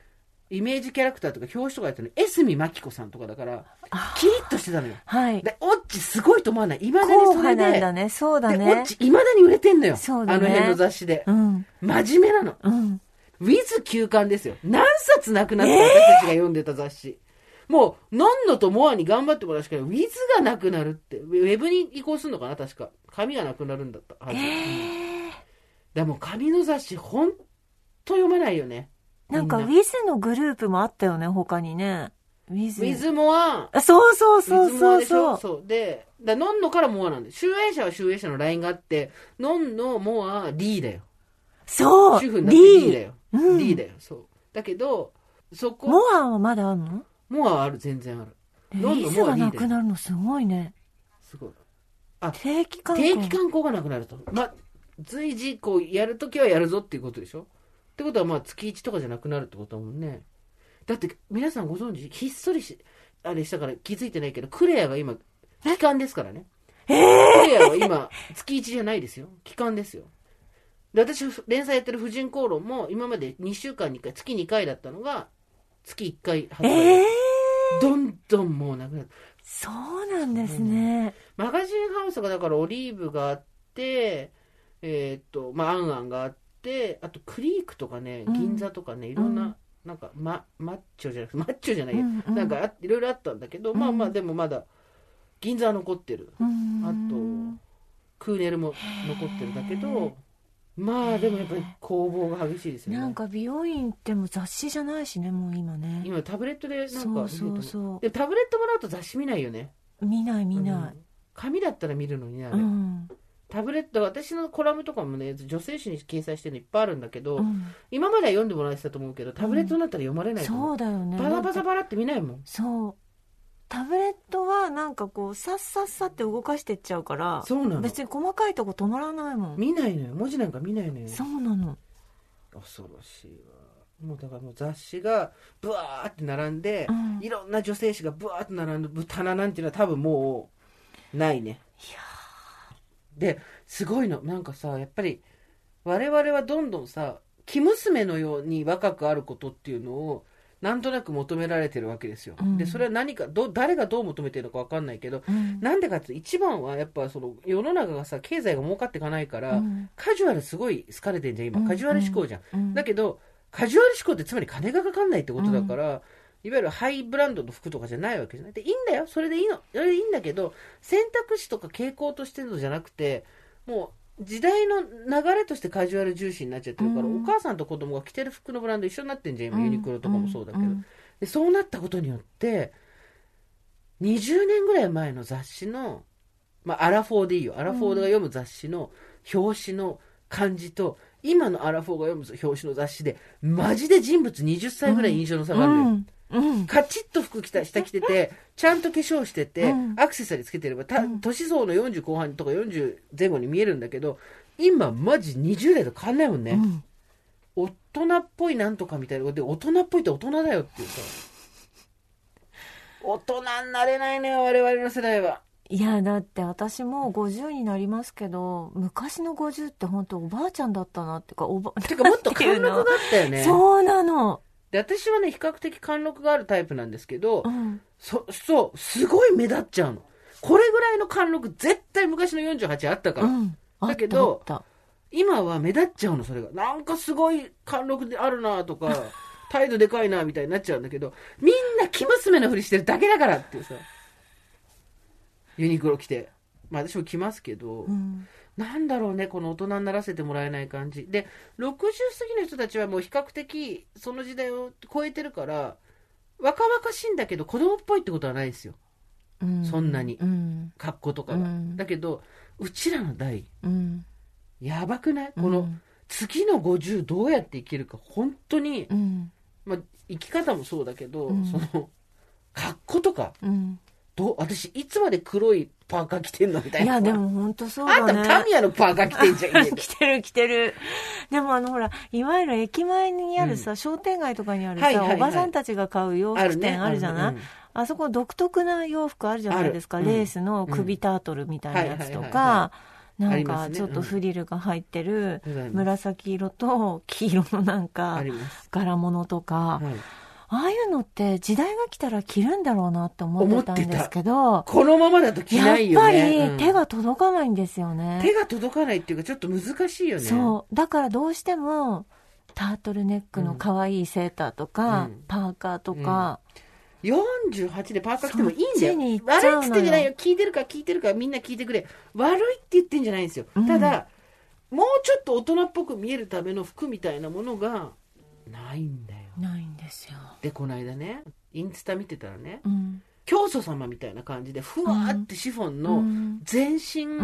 イメージキャラクターとか表紙とかやったの江角真紀子さんとかだからキリッとしてたのよ。 はい。 でオッチすごいと思わない？いまだにそれで。 なんだね。そうだね。 でオッチいまだに売れてんのよ。 そうだね。 あの辺の雑誌で。 うん。 真面目なの。 うん。 ウィズ休刊ですよ。何冊なくなった私たちが読んでた雑誌。えー、もう、ノンノとモアに頑張ってもらうしかない。ウィズがなくなるって。ウェブに移行するのかな確か。紙がなくなるんだったはず。えー、でも紙の雑誌ほんと読まないよね。 なんかウィズのグループもあったよね、他にね。ウィズ。 ウィズモア。 そうそうそうそうそう。 そう。で、だノンノからモアなんで。集英社は集英社のラインがあって、ノンノ、モア、リーだよ。 そう。 主婦になってリーだよ。 うん、 リーだよ。そう。だけど、そこ。 モアはまだあるの？ モアはある、全然ある。 ノンノ、モア、リーだよ。ウィズがなくなるのすごいね。 すごい。あ、 定期刊行。 定期刊行がなくなると。ま、随時こうやるときはやるぞっていうことでしょ？ってことはまあ月いちとかじゃなくなるってことだもんね。だって皆さんご存知、ひっそりしあれしたから気づいてないけど、クレアが今期間ですからね。 えー、 クレアは今月いちじゃないですよ。期間ですよ。で私連載やってる婦人公論も今までにしゅうかんにいっかい、月にかいだったのが月いっかい発売、えー、どんどんもうなくなる。 そうなんですね。 マガジンハウスがだからオリーブがあって、えー、っとまあアンアンがあって。であとクリークとかね、銀座とかね、うん、いろんな、うん、なんか、ま、マッチョじゃなくてマッチョじゃないよ、うんうん、なんかいろいろあったんだけど、うん、まあまあでもまだ銀座は残ってる、うん、あとクーネルも残ってるだけど、まあでもやっぱり攻防が激しいですよね。 なんか美容院っても雑誌じゃないしね、もう今ね。 今タブレットでなんかそうそうそう。 でタブレットもらうと雑誌見ないよね。 見ない見ない、うん、 紙だったら見るのにねあれ、うん、タブレット、私のコラムとかもね、女性誌に掲載してるのいっぱいあるんだけど、うん、今までは読んでもらえてたと思うけど、タブレットになったら読まれないと思う、 うん、そうだよね。 バラバラバラって見ないもん。 そう。タブレットはなんかこう、さっさっさって動かしてっちゃうから、 そうなの。 別に細かいとこ止まらないもん。 見ないのよ。文字なんか見ないのよ。 そうなの。 恐ろしいわ。もうだからもう雑誌がブワーって並んで、うん、いろんな女性誌がブワーって並んで、棚なんていうのは多分もう、ないね。 いやですごいのなんかさやっぱり我々はどんどんさ生娘のように若くあることっていうのをなんとなく求められてるわけですよ、うん、でそれは何かど誰がどう求めてるのか分かんないけど、うん、なんでかって一番はやっぱその世の中がさ経済が儲かっていかないから、うん、カジュアルすごい好かれてんじゃん今、うん、カジュアル志向じゃん、うん、だけどカジュアル志向ってつまり金がかかんないってことだから、うんいわゆるハイブランドの服とかじゃないわけじゃない。でいいんだよ。それでいいの。それでいいんだけど、選択肢とか傾向としてのじゃなくて、もう時代の流れとしてカジュアル重視になっちゃってるから、うん、お母さんと子供が着てる服のブランド一緒になってんじゃん。今、ユニクロとかもそうだけど、うん。でそうなったことによって、にじゅうねんぐらい前の雑誌の、まあ、アラフォーでいいよ。アラフォーが読む雑誌の表紙の感じと、今のアラフォーが読む表紙の雑誌で、マジで人物はたちぐらい印象の差があるのよ。うんうん、カチッと服着た下着ててちゃんと化粧してて、うん、アクセサリーつけてればた、うん、年相のよんじゅう後半とかよんじゅう前後に見えるんだけど今マジにじゅう代と変わんないもんね、うん、大人っぽいなんとかみたいなで大人っぽいって大人だよっていうさ大人になれないのよ我々の世代は。 いやだって私もごじゅうになりますけど昔のごじゅうって本当おばあちゃんだったなってかおばてかもっと貫禄だったよね。 そうなの。 で私はね比較的貫禄があるタイプなんですけど、うん、そそうすごい目立っちゃうの。これぐらいの貫禄絶対昔のよんじゅうはちあったから、うん、だけど今は目立っちゃうの。それがなんかすごい貫禄であるなとか態度でかいなみたいになっちゃうんだけどみんな生娘のふりしてるだけだからっていうさユニクロ着てまあ私も着ますけど、うんなんだろうねこの大人にならせてもらえない感じでろくじゅう過ぎの人たちはもう比較的その時代を超えてるから若々しいんだけど子供っぽいってことはないですよ、うん、そんなに、うん、格好とかが、うん、だけどうちらの代、うん、やばくない、うん、この次のごじゅうどうやって生きるか本当に、うんまあ、生き方もそうだけど、うん、その格好とか、うんど私いつまで黒いパーカー着てんのみたいな。 いやでも本当そうだね。 あんたタミヤのパーカー着てんじゃん。 着てる着てる。でもあのほらいわゆる駅前にあるさ、うん、商店街とかにあるさ、はいはいはい、おばさんたちが買う洋服店あるじゃない。あ,、ねあ, うん、あそこ独特な洋服あるじゃないですか。レースの首タートルみたいなやつとか。なんかちょっとフリルが入ってる紫色と黄色のなんか柄物とか、はい、 ああいうのって時代が来たら着るんだろうなって思ってたんですけど、 このままだと着ないよね。 やっぱり手が届かないんですよね、うん、 手が届かないっていうかちょっと難しいよね。 そうだからどうしてもタートルネックの可愛いセーターとか、うん、パーカーとか、 うん、よんじゅうはちでパーカー着てもいいんだよ。悪いって言ってんじゃないよ。聞いてるか聞いてるかみんな聞いてくれ。悪いって言ってんじゃないんですよ、うん、ただもうちょっと大人っぽく見えるための服みたいなものがないんだよ。 ないんですよ。 でこの間ねインスタ見てたらね、 うん、 教祖様みたいな感じでふわーってシフォンの全身、うん、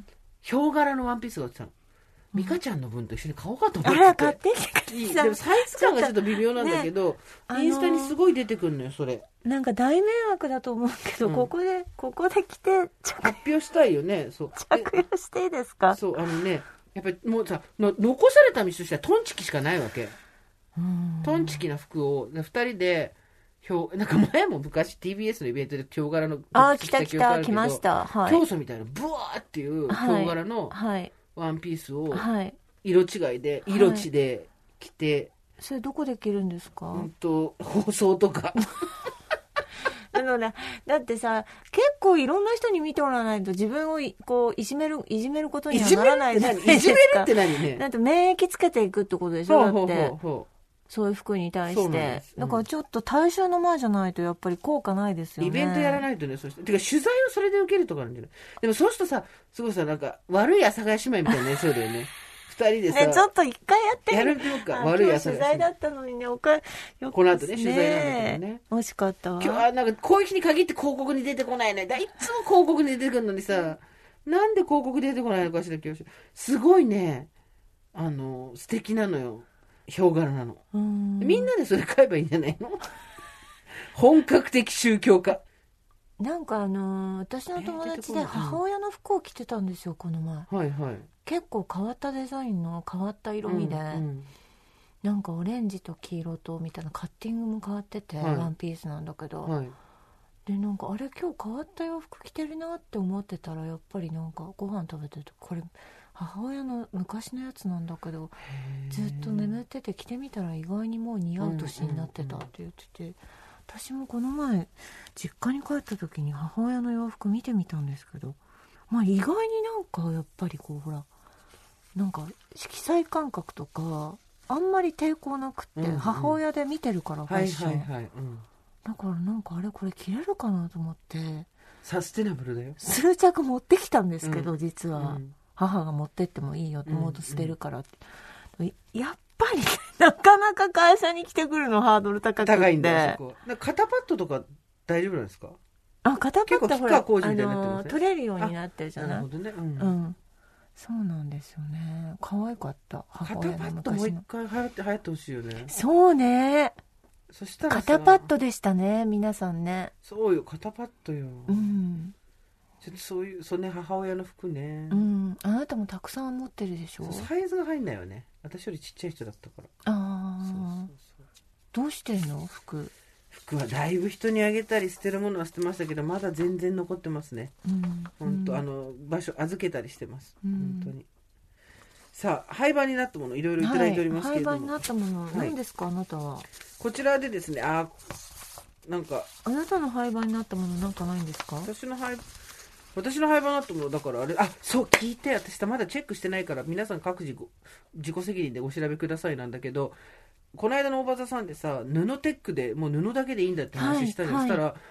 ヒョウ柄のワンピースが売ってたの。ミカちゃんの分と一緒に買おうかと思ってて、 あら買ってきてください。 でもサイズ感がちょっと微妙なんだけど、ね、インスタにすごい出てくるのよそれ。 なんか大迷惑だと思うけど、うん、ここでここで着て発表したいよね。そう着用していいですか。 そうあのねやっぱりもうさの残された道としてはトンチキしかないわけ。うんトンチキな服をふたりで表なんか前も昔 ティービーエス のイベントでヒョウ柄のあ来た来た来ました、はい、 教祖みたいなブワーっていうヒョウ柄のワンピースを、はい色違いで色地で着て、はい、 それどこで着るんですか。 うんと放送とかあのね、だってさ結構いろんな人に見てもらわないと自分をこういじめるいじめることにはならないじゃないですか。 いじめるって何ね。 だって免疫つけていくってことでしょ。だってほうほうほうほうそういう服に対して、うん、だからちょっと大衆の前じゃないとやっぱり効果ないですよね。 イベントやらないとね。そしててか取材をそれで受けるとかなんじゃない。でもそうするとさすごいさなんか悪い阿佐ヶ谷姉妹みたいになりそうだよね二人でさ、 ね、ちょっと一回やってみやるみようか。悪い朝取材だったのにね、おかよこの後ね、取材なんだけどね。 惜しかったわ。 今日はなんかこういう日に限って広告に出てこないね。だいつも広告に出てくるのにさ、なんで広告出てこないのかしら、今日。すごいね、あの、素敵なのよ。ヒョウ柄なの。うんみんなでそれ買えばいいんじゃないの本格的宗教家。 なんかあのー、私の友達で母親の服を着てたんですよ、この前。 はいはい。 結構変わったデザインの変わった色味で、うんうん、なんかオレンジと黄色とみたいなカッティングも変わってて、はい、ワンピースなんだけど、はい、でなんかあれ今日変わった洋服着てるなって思ってたらやっぱりなんかご飯食べてるとこれ母親の昔のやつなんだけどずっと眠ってて着てみたら意外にもう似合う年になってたって言ってて、うんうんうん、私もこの前実家に帰った時に母親の洋服見てみたんですけど、まあ意外になんかやっぱりこうほらなんか色彩感覚とかあんまり抵抗なくって、うんうん、母親で見てるからファッション、はいはいはいうん、だからなんかあれこれ着れるかなと思ってサステナブルだよ。 数着持ってきたんですけど、うん、実は、うん、母が持ってってもいいよと思うと捨てるからって、うんうん、やっぱりなかなか会社に来てくるのハードル高くて高いんだそこ。肩パッドとか大丈夫なんですか。 あ肩パッドほら、あの取れるようになってるじゃない。 なるほどね、うん、 うんそうなんですよね。可愛かった母親の昔の。 肩パッドもう一回流行って流行ってほしいよね。 そうね。 そしたら肩パッドでしたね皆さんね。 そうよ肩パッドよ。 うん。 ちょっとそういうそね母親の服ね。 うん。あなたもたくさん持ってるでしょ。 サイズが入んないよね。私よりちっちゃい人だったから。 ああ。そうそうそう。どうしてんの服。 服はだいぶ人にあげたり捨てるものは捨てましたけどまだ全然残ってますね、うん、本当、うん、あの場所預けたりしてます、うん、本当に。さあ廃盤になったものいろいろいただいておりますけれども、 はい、廃盤になったもの、はい、何ですかあなたは。 こちらでですねあなんかあなたの廃盤になったものなんかないんですか。 私の廃私の廃盤になったものだからあれあそう聞いて私まだチェックしてないから皆さん各自自己責任でご調べくださいなんだけどこの間の大場座さんでさ布テックでもう布だけでいいんだって話したりしたら、はい、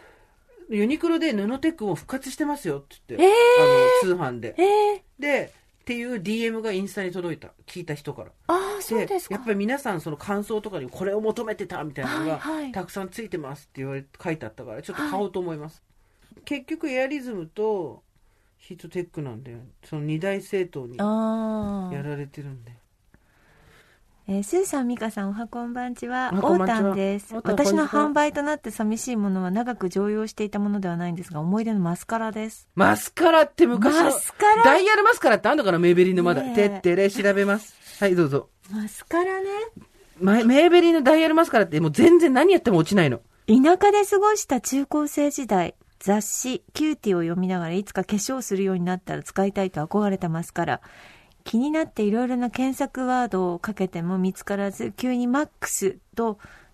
ユニクロで布テックも復活してますよって言って、えー、あの通販で、えー、でっていう ディーエム がインスタに届いた聞いた人から。 ああそうですか。 やっぱり皆さんその感想とかにこれを求めてたみたいなのが、はいはい、たくさんついてますって言われ書いてあったからちょっと買おうと思います、はい、結局エアリズムとヒートテックなんでその二大政党にやられてるんで。 えー、スーさん、ミカさん、おはこんばんちは。オータンです。私の販売となって寂しいものは長く常用していたものではないんですが、思い出のマスカラです。 マスカラって昔の、マスカラダイヤルマスカラってあんのかなメーベリンのまだ。てってれ調べます。はい、どうぞ。 マスカラね。 メーベリンのダイヤルマスカラってもう全然何やっても落ちないの。 田舎で過ごした中高生時代、雑誌、キューティーを読みながらいつか化粧するようになったら使いたいと憧れたマスカラ。気になっていろいろな検索ワードをかけても見つからず急にマックスと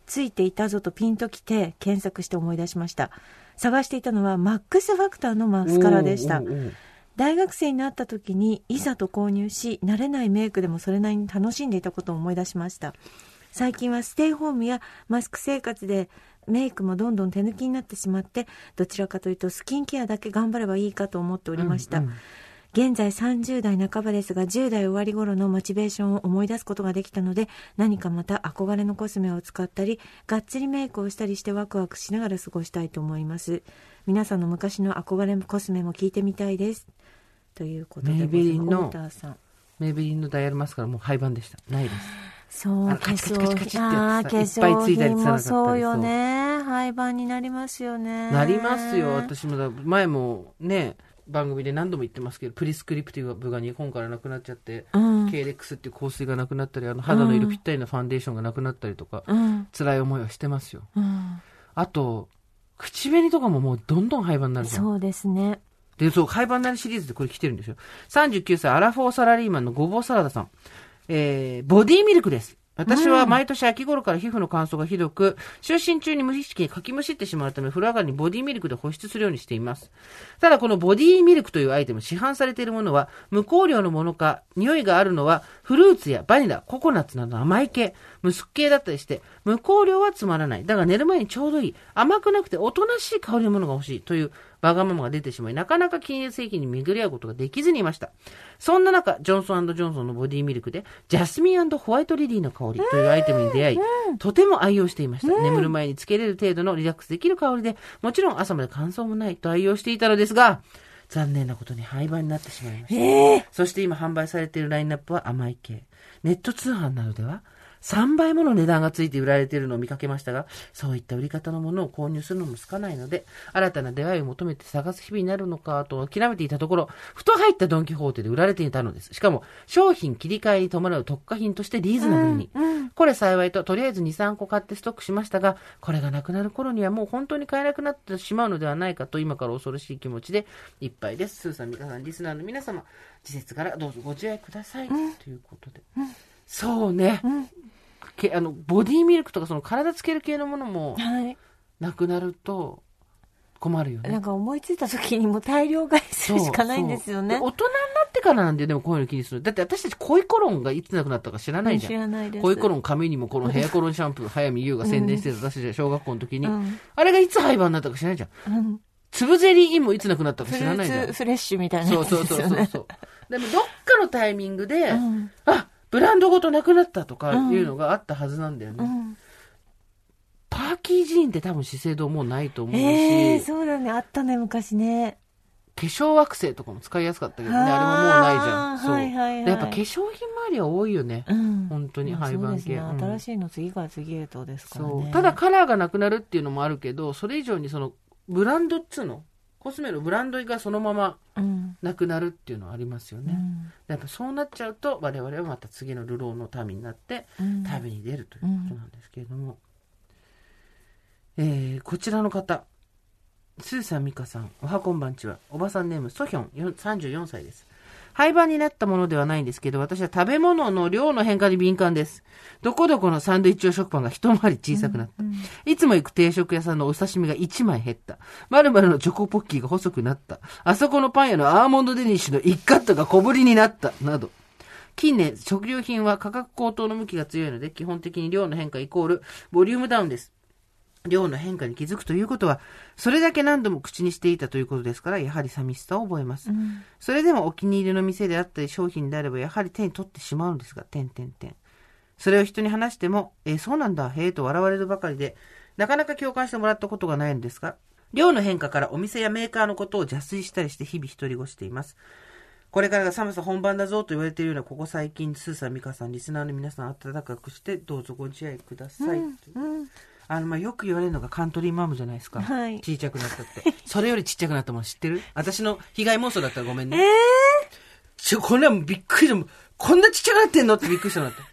ついていたぞとピンときて検索して思い出しました。探していたのはマックスファクターのマスカラでした。大学生になった時にいざと購入し、慣れないメイクでもそれなりに楽しんでいたことを思い出しました。最近はステイホームやマスク生活でメイクもどんどん手抜きになってしまって、どちらかというとスキンケアだけ頑張ればいいかと思っておりました。うんうん、現在さんじゅう代半ばですが、じゅう代終わり頃のモチベーションを思い出すことができたので、何かまた憧れのコスメを使ったり、がっつりメイクをしたりしてワクワクしながら過ごしたいと思います。皆さんの昔の憧れコスメも聞いてみたいです。ということで、 メイベリンのさんメイベリンのダイヤルマスカラもう廃盤でした。ないです。 そう、化粧品、ああ、化粧品もそうよね。廃盤になりますよね。 なりますよ。私もだ前もね、番組で何度も言ってますけど、プリスクリプティブが日本からなくなっちゃって、うん、ケーレックスっていう香水がなくなったり、あの肌の色ぴったりなファンデーションがなくなったりとか、うん、辛い思いはしてますよ。うん、あと、口紅とかももうどんどん廃盤になるじゃん。 そうですね。 で、そう、廃盤になるシリーズでこれ来てるんですよ。さんじゅうきゅうさいアラフォーサラリーマンのごぼうサラダさん。えー、ボディミルクです。私は毎年秋頃から皮膚の乾燥がひどく、就寝中に無意識にかきむしってしまうため、風呂上がりにボディミルクで保湿するようにしています。ただこのボディミルクというアイテム、市販されているものは、無香料のものか、匂いがあるのは、フルーツやバニラ、ココナッツなどの甘い系、ムスク系だったりして、無香料はつまらない。だが寝る前にちょうどいい、甘くなくておとなしい香りのものが欲しいというわがままが出てしまい、なかなか記念製品に巡り合うことができずにいました。そんな中、ジョンソン&ジョンソンのボディミルクで、ジャスミン&ホワイトリリーの香りというアイテムに出会い、とても愛用していました。眠る前につけれる程度のリラックスできる香りで、もちろん朝まで乾燥もないと愛用していたのですが、残念なことに廃盤になってしまいました。えー、そして今販売されているラインナップは甘い系。ネット通販などでは、さんばいもの値段がついて売られているのを見かけましたが、そういった売り方のものを購入するのもつかないので、新たな出会いを求めて探す日々になるのかと諦めていたところ、ふと入ったドンキホーテで売られていたのです。しかも、商品切り替えに伴う特価品としてリーズナブルに。うんうん、これ幸いと、とりあえずに、さんこ買ってストックしましたが、これがなくなる頃にはもう本当に買えなくなってしまうのではないかと、今から恐ろしい気持ちでいっぱいです。スーさん、ミカさん、リスナーの皆様、次節からどうぞご自愛ください。うん、ということで。うん、そうね。うんけあのボディミルクとかその体つける系のものもなくなると困るよね、はい、 なんか思いついた時にも大量買いするしかないんですよね。 大人になってからなんででもこういうの気にする。だって私たち恋コロンがいつなくなったか知らないじゃん。 知らないです。 恋コロン髪にもこのヘアコロンシャンプー早見優が宣伝してた私じゃ小学校の時に、うん、あれがいつ廃盤になったか知らないじゃん、うん、粒ゼリーもいつなくなったか知らないじゃん。 フルーツフレッシュみたいなやつですよね。 そうそうそうそうでもどっかのタイミングで、うん、あブランドごとなくなったとかいうのがあったはずなんだよね。うん、パーキージーンって多分資生堂もうないと思うし。 えー、そうだね。あったね、昔ね。 化粧惑星とかも使いやすかったけどね。あれももうないじゃん。そう。 はいはいはい、 やっぱ化粧品周りは多いよね。うん、本当に廃盤系、 ねうん。新しいの次から次へとですからね。 そう。ただカラーがなくなるっていうのもあるけど、それ以上にそのブランドっつうのコスメのブランドがそのままなくなるっていうのはありますよね、うん、やっぱそうなっちゃうと我々はまた次の流浪の民になって旅に出るということなんですけれども、うんえー、こちらの方スーさんミカさんおはこんばんちは。おばさんネームソヒョンさんじゅうよんさいです。廃盤になったものではないんですけど、私は食べ物の量の変化に敏感です。どこどこのサンドイッチ用食パンが一回り小さくなった、うんうん。いつも行く定食屋さんのお刺身がいちまい減った。〇〇のチョコポッキーが細くなった。あそこのパン屋のアーモンドデニッシュのいちカットが小ぶりになった。など。近年、食料品は価格高騰の向きが強いので、基本的に量の変化イコールボリュームダウンです。量の変化に気づくということは、それだけ何度も口にしていたということですから、やはり寂しさを覚えます。うん、それでもお気に入りの店であったり商品であれば、やはり手に取ってしまうのですが、点点点。それを人に話しても、えー、そうなんだ、へえと笑われるばかりで、なかなか共感してもらったことがないのですが、量の変化からお店やメーカーのことを邪推したりして日々一人ごしています。これからが寒さ本番だぞと言われているようなここ最近、スーさん、ミカさん、リスナーの皆さん、温かくしてどうぞご自愛ください。うんうんあの、まあ、よく言われるのがカントリーマムじゃないですか。はい。ちっちゃくなったって。それよりちっちゃくなったもの知ってる？私の被害妄想だったらごめんね。えー、ちょ、これはもうびっくりだ。こんなちっちゃくなってんのってびっくりしたのだって。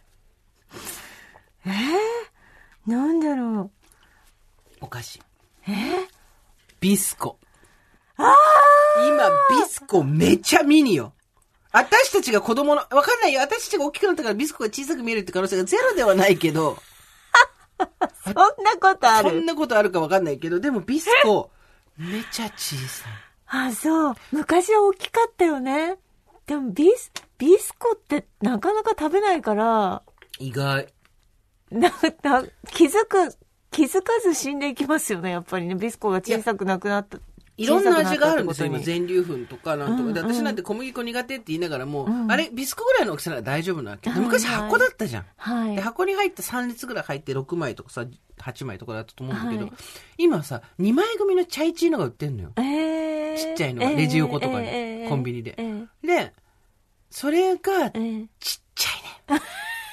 えー、なんだろう。お菓子。 えー、 ビスコ。 あー今、ビスコめちゃミニよ。私たちが子供の、わかんないよ。私たちが大きくなったからビスコが小さく見えるって可能性がゼロではないけど、 そんなことある。 そんなことあるかわかんないけど、でもビスコ、めちゃ小さい。 あ、そう。昔は大きかったよね。でもビス、ビスコってなかなか食べないから。 意外。 な、な、気づく、気づかず死んでいきますよね、やっぱりね。ビスコが小さくなくなった。 いろんな味があるんですよ、今。全粒粉とかなんとか。うんうん、で私なんて小麦粉苦手って言いながらも、うん、あれ、ビスコぐらいの大きさなら大丈夫なわけ。昔箱だったじゃん。はい、で箱に入ってさん列ぐらい入ってろくまいとかさ、はちまいとかだったと思うんだけど、はい、今さ、にまい組のチャイチーのが売ってんのよ。えー、ちっちゃいのが、レジ横とかに、えー、コンビニで、えー。で、それが、ちっちゃいね。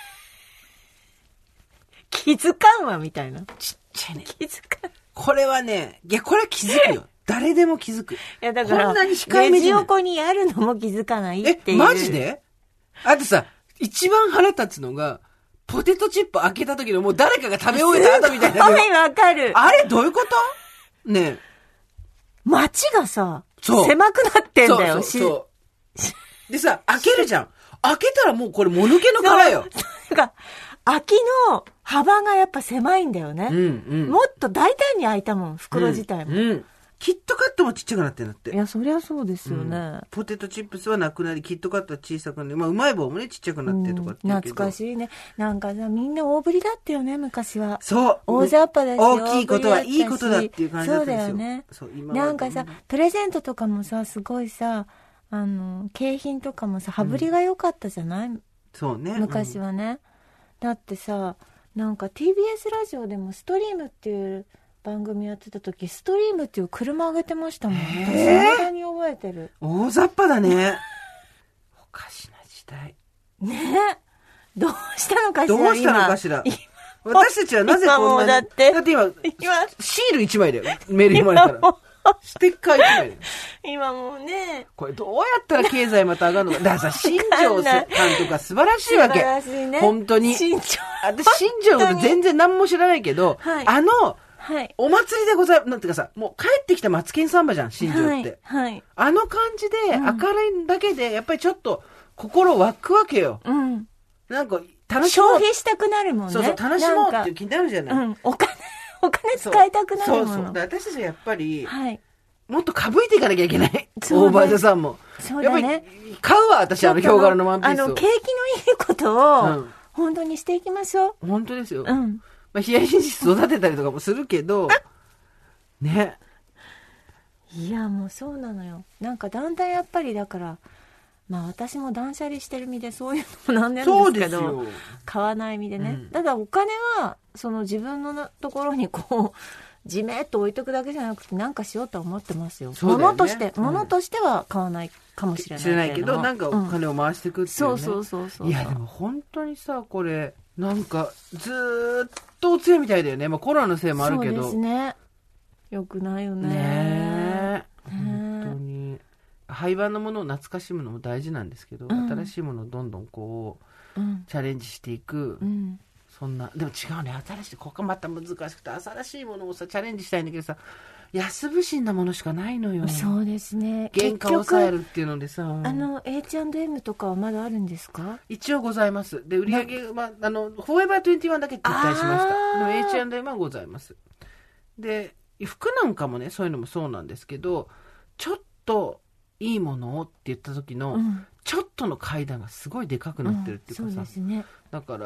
気づかんわ、みたいな。 ちっちゃいね。 気づかん。 これはね、いや、これは気づくよ。誰でも気づく。いや、だから、こんなに控えめじゃない。レジ横にあるのも気づかないっていう。 え、マジで？あとさ、一番腹立つのが、ポテトチップ開けた時のもう誰かが食べ終えた後みたいな。 すごいわかる。 あれどういうことねえ。 街がさ、狭くなってんだよ。 そうそうそう。でさ、開けるじゃん。開けたらもうこれもぬけの殻よ。 なんか、空きの幅がやっぱ狭いんだよね。うんうん、もっと大胆に開いたもん、袋自体も。うんうん、 キットカットもちっちゃくなってんだって。 いや、そりゃそうですよね、うん。 ポテトチップスはなくなり、キットカットは小さくなり、まあ、うまい棒もね、ちっちゃくなってとかって言うけど、 うん、懐かしいね。なんかさ、みんな大ぶりだったよね、昔は。 そう。 大雑把だし、 大きいことはいいことだっていう感じだったんですよ。 そうだよね。そう今なんかさ、プレゼントとかもさ、すごいさ、あの、景品とかもさ、羽振りが良かったじゃない、うん、 そうね。 昔はね。だってさ、なんか ティービーエス ラジオでもストリームっていう番組やってた時、ストリームっていう車あげてましたもん。私未だに覚えてる。 大雑把だね。おかしな時代。 ねえ。どうしたのかしら。 どうしたのかしら。私たちはなぜこんなに。だって。だって今、今シールいちまいだよ。メール読まれたら。ステッカーいちまいだよ。 今もうね。 これどうやったら経済また上がるのか。だからさ、新庄監督が素晴らしいわけ。素晴らしいね。本当に。新庄。私、新庄のこと全然何も知らないけど、はい、あの、はい、お祭りでございます。なんていうかさ、もう帰ってきたマツケンサンバじゃん、新庄って。はい。はい、あの感じで、明るいだけで、やっぱりちょっと心湧くわけよ。うん。なんか、楽しもう。 消費したくなるもんね。 そうそう、楽しもうっていう気になるじゃない。うん。 お金、お金使いたくなるもん。 そうそう。私たちはやっぱり、はい。もっとかぶいていかなきゃいけない。ね、オーバーザさんも。 そうだね。 やっぱり、買うわ、私、あの、ヒョウ柄のワンピースを。 あの、景気のいいことを、うん、本当にしていきましょう。本当ですよ。うん。まあ、ヒヤシンシ育てたりとかもするけど、ね。 いや、もうそうなのよ。なんかだんだんやっぱりだから、まあ私も断捨離してる身でそういうのもなんでなんですけど、買わない身でね。うん、ただお金は、その自分のところにこう、じめっと置いとくだけじゃなくて何かしようとは思ってますよ。そうだよね、物として、うん、物としては買わないかもしれないけど。知れないけど、 なんかお金を回していくっていうね、うん、 そうそうそうそう。 いやでも本当にさ、これ、なんかずーっとお強いみたいだよね。まあコロナのせいもあるけど。 そうですね。よくないよね。 ねえ。本当に。廃盤のものを懐かしむのも大事なんですけど、うん、新しいものをどんどんこう、うん、チャレンジしていく。うんそんな、でも違うね。新しい、ここがまた難しくて、新しいものをさ、チャレンジしたいんだけどさ、安不審なものしかないのよ。 そうですね。 原価を抑えるっていうのでさ。 あの、エイチアンドエム とかはまだあるんですか？ 一応ございます。で、売り上げは、あの、フォーエバーにじゅういちだけ撤退しました。でも エイチアンドエム はございます。で、服なんかもね、そういうのもそうなんですけど、ちょっといいものをって言った時の、うん、ちょっとの階段がすごいでかくなってるっていうかさ。うん、そうですね。だから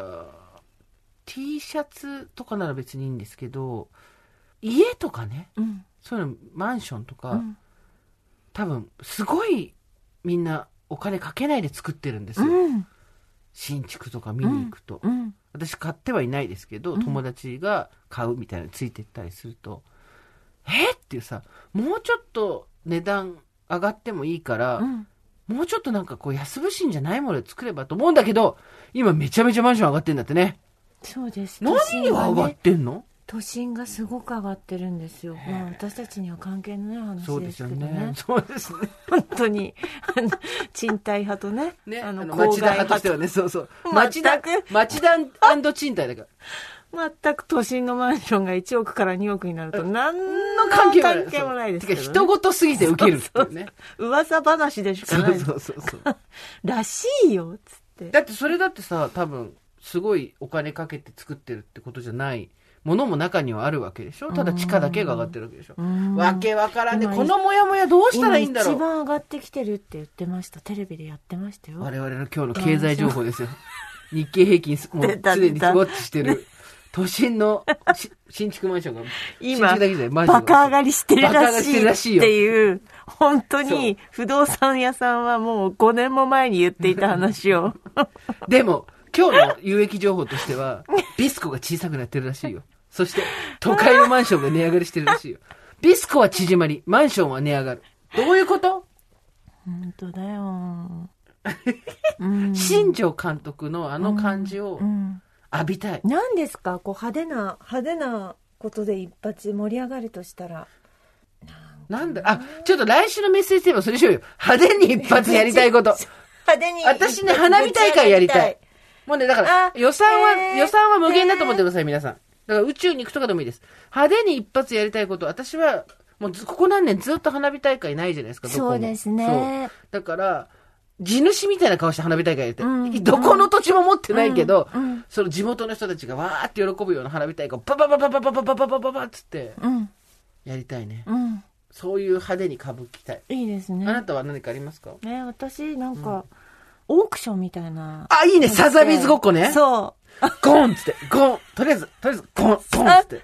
、T シャツとかなら別にいいんですけど、家とかね、うん、そういうのマンションとか、うん、多分すごいみんなお金かけないで作ってるんですよ、うん、新築とか見に行くと、うん、私買ってはいないですけど、うん、友達が買うみたいなのついてったりすると、えっていうさ、もうちょっと値段上がってもいいから、うん、もうちょっとなんかこう安物じゃないもので作ればと思うんだけど、今めちゃめちゃマンション上がってんだってね。 そうです。 何が上がってんの？ 都心がすごく上がってるんですよ。まあ私たちには関係のない話ですけどね。 そうですよね。 本当に賃貸派とね、 ねあの町田派としてはね、そうそう。町田町田&賃貸だから。 全く都心のマンションがいちおくからにおくになると何の関係もないですけどね。 人事すぎて受けるっていうね。 噂話でしかない。 そうそうそう。 らしいよつって。 だってそれだってさ、多分。すごいお金かけて作ってるってことじゃないものも中にはあるわけでしょ。ただ地価だけが上がってるわけでしょ。わけわからんね。このモヤモヤどうしたらいいんだろう。 一番上がってきてるって言ってました。テレビでやってましたよ。 我々の今日の経済情報ですよ。日経平均もうすでにウォッチしてる。都心の新築マンションが今バカ上がりしてるらしいっていう、本当に不動産屋さんはもうごねんも前に言っていた話をでも今日の有益情報としてはビスコが小さくなってるらしいよ。そして都会のマンションが値上がりしてるらしいよ。ビスコは縮まり、マンションは値上がる。どういうこと？ 本当だよ新庄監督のあの感じを、うんうん浴びたい。 何ですかこう派手な派手なことで一発盛り上がるとしたらなんだあちょっと来週のメッセージテーマそれしようよ。派手に一発やりたいこと派手に私ね花火大会やりたい。もうねだから予算は、えー、予算は無限だと思ってください皆さん。だから宇宙に行くとかでもいいです。派手に一発やりたいこと。私はもうここ何年ずっと花火大会ないじゃないですか。どこもそうですね。 だから地主みたいな顔して花火大会やって、うん、どこの土地も持ってないけど、うんうん、その地元の人たちがわーって喜ぶような花火大会をパパパパパパパパパパパパつってやりたいね、うん、そういう派手に歌舞伎たい。 いいですね。 あなたは何かありますか？ ね、私なんか、うん、オークションみたいな。 あ、いいね、サザビーズごっこね。 そうゴンっつってゴンとりあえずとりあえずゴンゴンっつって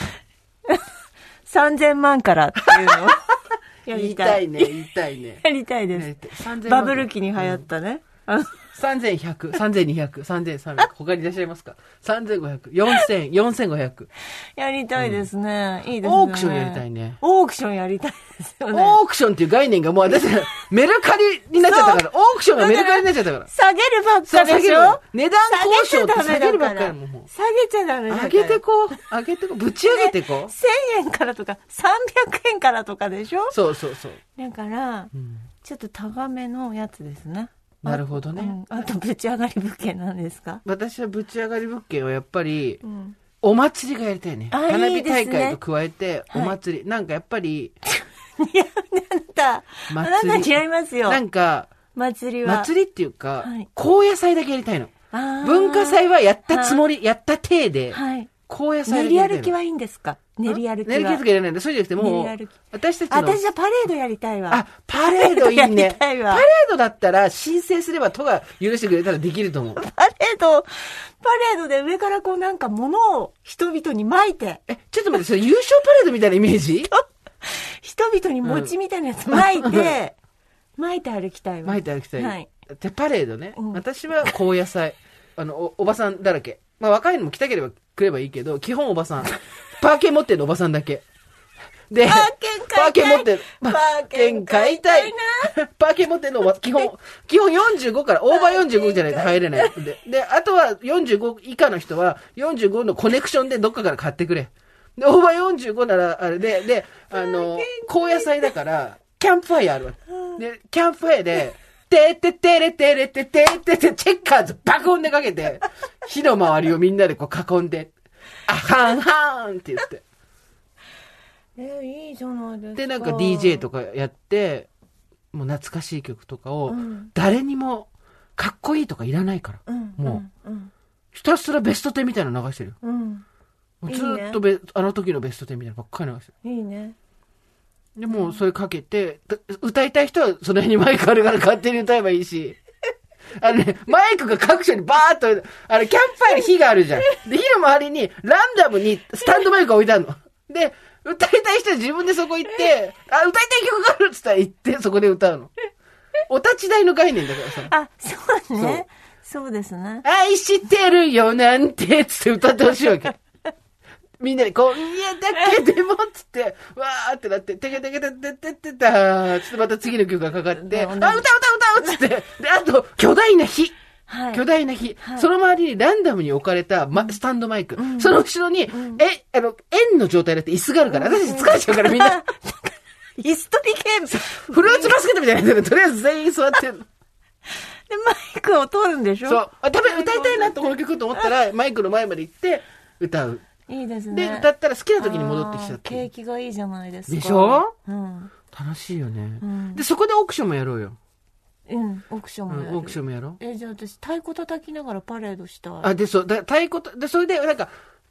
さんぜんまんからっていうのやりたい。言いたいね、言いたいね。 やりたいです。バブル期に流行ったね。うん、 さんぜんひゃく、さんぜんにひゃく、さんぜんさんびゃく、他にいらっしゃいますか？ さんぜんごひゃく、よんせん、よんせんごひゃく。 やりたいですね。うん、いいですね。 オークションやりたいね。 オークションやりたいですよね。 オークションっていう概念がもう私、メルカリになっちゃったから、オークションがメルカリになっちゃったから。 下げるばっかでしょ？ 値段交渉って下げるばっかりももう。 下げちゃダメだから。 上げてこう。上げてこう。ぶち上げてこう。 せんえんからとか、さんびゃくえんからとかでしょ？ そうそうそう。 だから、うん、ちょっと高めのやつですね。 なるほどね、 うん、あとぶち上がり物件なんですか？ 私はぶち上がり物件はやっぱり、うん、お祭りがやりたいね。花火大会と加えてお祭り、はい、なんかやっぱりいやなんだあなた似合いますよ。 なんか祭りは祭りっていうか、はい、高野祭だけやりたいの。文化祭はやったつもり、やった体で、はい、高野祭だけやりたいの。練り歩きはいいんですか？練り歩きは。練り歩きとかやらないんだ。そうじゃなくてもう、私たちの。 私はパレードやりたいわ。 あ、パレードいいね。パレードだったら申請すれば都が許してくれたらできると思う。パレード、パレードで上からこうなんか物を人々に撒いて。 え、ちょっと待って、それ優勝パレードみたいなイメージ？ 人々に餅みたいなやつ撒いて、うん、撒いて歩きたいわ。 撒いて歩きたい。はい。で、パレードね。うん、私は高野菜。あのお、おばさんだらけ。まあ若いのも来たければ来ればいいけど、基本おばさん。パーケン持ってるのおばさんだけ。で、 パーケン買いたい。 パーケン持ってる。パーケン買いたい。パーケン持ってるのは基本、基本よんじゅうごからオーバーよんじゅうごじゃないと入れない。で、で、あとはよんじゅうご以下の人はよんじゅうごのコネクションでどっかから買ってくれ。で、オーバーよんじゅうごならあれで、で、あの、高野菜だから、キャンプファイヤーあるわけ。で、キャンプファイヤーで、てっててれてれててててチェッカーズ爆音でかけて、火の周りをみんなでこう囲んで、あはんはんって言って。 えー、いいじゃないですか。 で、なんか ディージェー とかやって、もう懐かしい曲とかを、誰にもかっこいいとかいらないから。うん、もう、うん、ひたすらベストテンみたいなの流してるよ。うん、ずっとベ、いいね、あの時のベストテンみたいなのばっかり流してる。 いいね。 でもうそれかけて、歌いたい人はその辺にマイクあるから勝手に歌えばいいし。あのね、マイクが各所にバーっと、あの、キャンプファイヤーに火があるじゃん。で、火の周りにランダムにスタンドマイクが置いてあるの。で、歌いたい人は自分でそこ行って、あ、歌いたい曲があるっつったら行って、そこで歌うの。お立ち台の概念だからさ。 あ、そうね。そう、そうですね。 愛してるよなんて、つって歌ってほしいわけ。みんなでこう、いやだけでもつって、わーってなって、てけてけててててたーつってまた次の曲がかかって、あ、歌う歌う歌うつって、で、あと、巨大な火。はい、巨大な火、はい。その周りにランダムに置かれた、ま、スタンドマイク。うん、その後ろに、うん、え、あの、円の状態だって椅子があるから、私疲れちゃうからみんな。 椅子取りゲーム。 フルーツバスケットみたいなやつで、とりあえず全員座ってる。で、 マイクを通るんでしょ？ そう。あ、多分歌いたいなとこの曲と思ったら、マイクの前まで行って、歌う。 いいですね。 で、歌ったら好きな時に戻ってきちゃって。 景気がいいじゃないですか。 でしょ？うん。楽しいよね。うん、で、そこでオークションもやろうよ。 うん、オークションもやる、うん、 オークションもやろう。 え、じゃあ私、太鼓叩きながらパレードしたい。 あ、で、そう、だ太鼓と、で、それで、なんか、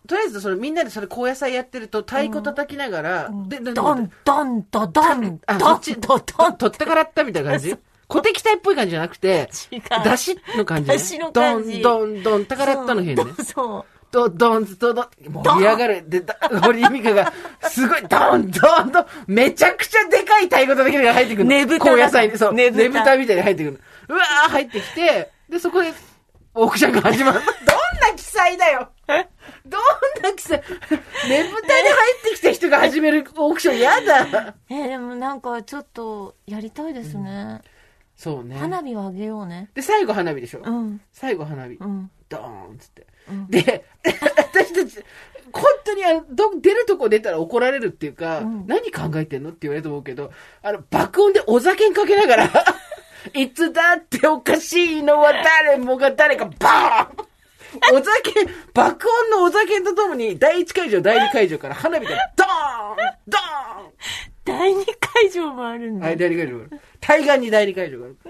とりあえずそれみんなでそれ高野菜やってると太鼓叩きながら、うん、で、 で、ドン、ドン、ドン、ドン、 あ、そっち、ドン、ドン、取ってからったみたいな感じ小敵隊っぽい感じじゃなくて、 違う。 出汁の感じ、ね。 出汁の感じ。 ドン、ドン、ドン、たからったの辺ね。 そう。 ドン、ドン、ドン、ドン、盛り上がる。で、堀井美香が、すごい、ドン、ドン、ドン、めちゃくちゃでかい太鼓叩きながら入ってくるの。 ねぶた。 高野菜で、そう。ねぶたみたいに入ってくるの。うわー入ってきて、で、そこで、オークションが始まる。どんな記載だよどんな記載ねぶたに入ってきた人が始めるオークションやだえー、でもなんかちょっとやりたいですね。うん、 そうね。 花火をあげようね。 で、最後花火でしょ。 うん。 最後花火。 うん。 ドーンっつって。 うん、 で、私たち、本当にあの、ど、出るとこ出たら怒られるっていうか、うん、何考えてんのって言われると思うけど、あの、爆音でお酒かけながら、いつだっておかしいのは誰もが誰かバーンお酒、爆音のお酒とともにだいいち会場、だいに会場から花火がドーンドーンだいに会場もあるんだ。 はい、だいに会場もある。対岸にだいに会場がある。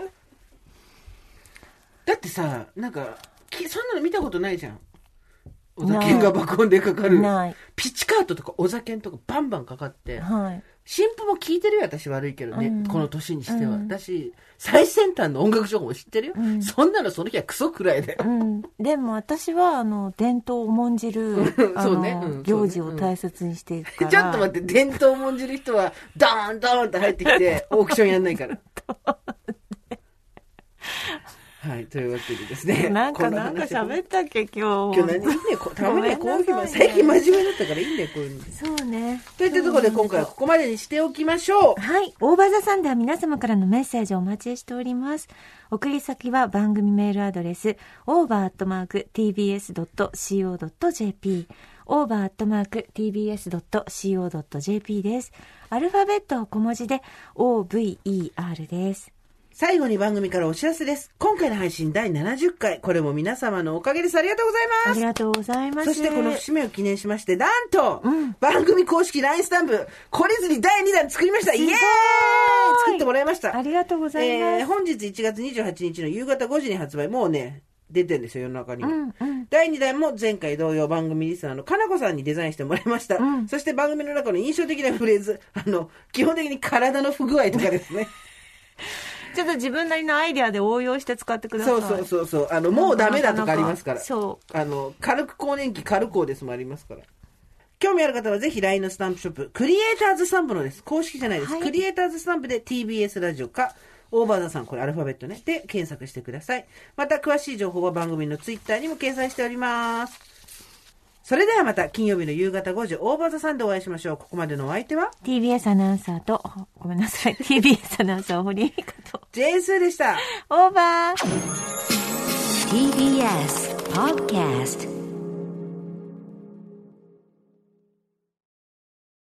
だってさ、なんか、そんなの見たことないじゃん。お酒が爆音でかかる。 ない。 ピチカートとかお酒とかバンバンかかって。 はい。 新婦も聞いてるよ、私悪いけどね、うん、この年にしては、うん、だし最先端の音楽情報も知ってるよ、うん、そんなのその日はクソくらいだよ、 うん、でも私はあの伝統を重んじるそうね、うん、行事を大切にしていくから、 ちょっと待って、伝統を重んじる人はドーンドーンって入ってきてオークションやんないからはい、というわけでですね。 なんか、なんか喋ったっけ、今日。今日何いいね、たまにはこういう日も、最近真面目だったからいいんだよ、こういうの。 そうね。 といったところで今回はここまでにしておきましょう。 はい。オーバーザさんでは皆様からのメッセージをお待ちしております。送り先は番組メールアドレス、オーバーアットマーク ティービーエスドットシーオードットジェーピー、オーバーアットマーク ティービーエスドットシーオードットジェーピー です。アルファベット小文字で オーブイイーアール です。 最後に番組からお知らせです。今回の配信だいななじゅっかい。これも皆様のおかげです。ありがとうございます。 ありがとうございます。 そしてこの節目を記念しまして、なんと、 うん、 番組公式 ライン スタンプ、懲りずにだいにだん作りました。イエーイ作ってもらいました。 ありがとうございます。 えー、本日いちがつにじゅうはちにちの夕方ごじに発売。もうね、出てるんですよ、世の中には。 うんうん、 だいにだんも前回同様番組リスナーのかなこさんにデザインしてもらいました。 うん、 そして番組の中の印象的なフレーズ、あの、基本的に体の不具合とかですね。 ちょっと自分なりのアイデアで応用して使ってください。 そうそうそうそう。あの、もうダメだとかありますから。 そう。 あの、軽く更年期、軽くですもありますから。興味ある方はぜひ ライン のスタンプショップ、クリエイターズスタンプのです。公式じゃないです。はい、クリエイターズスタンプで ティービーエス ラジオか、オーバーザさん、これアルファベットね。で、検索してください。また、詳しい情報は番組のツイッターにも掲載しております。それではまた金曜日の夕方ごじ、オーバーザさんでお会いしましょう。ここまでのお相手はティービーエス アナウンサーと、ごめんなさい。ティービーエス アナウンサー、堀井美香と。 ジェースー でした。 オーバー。 ティービーエス Podcast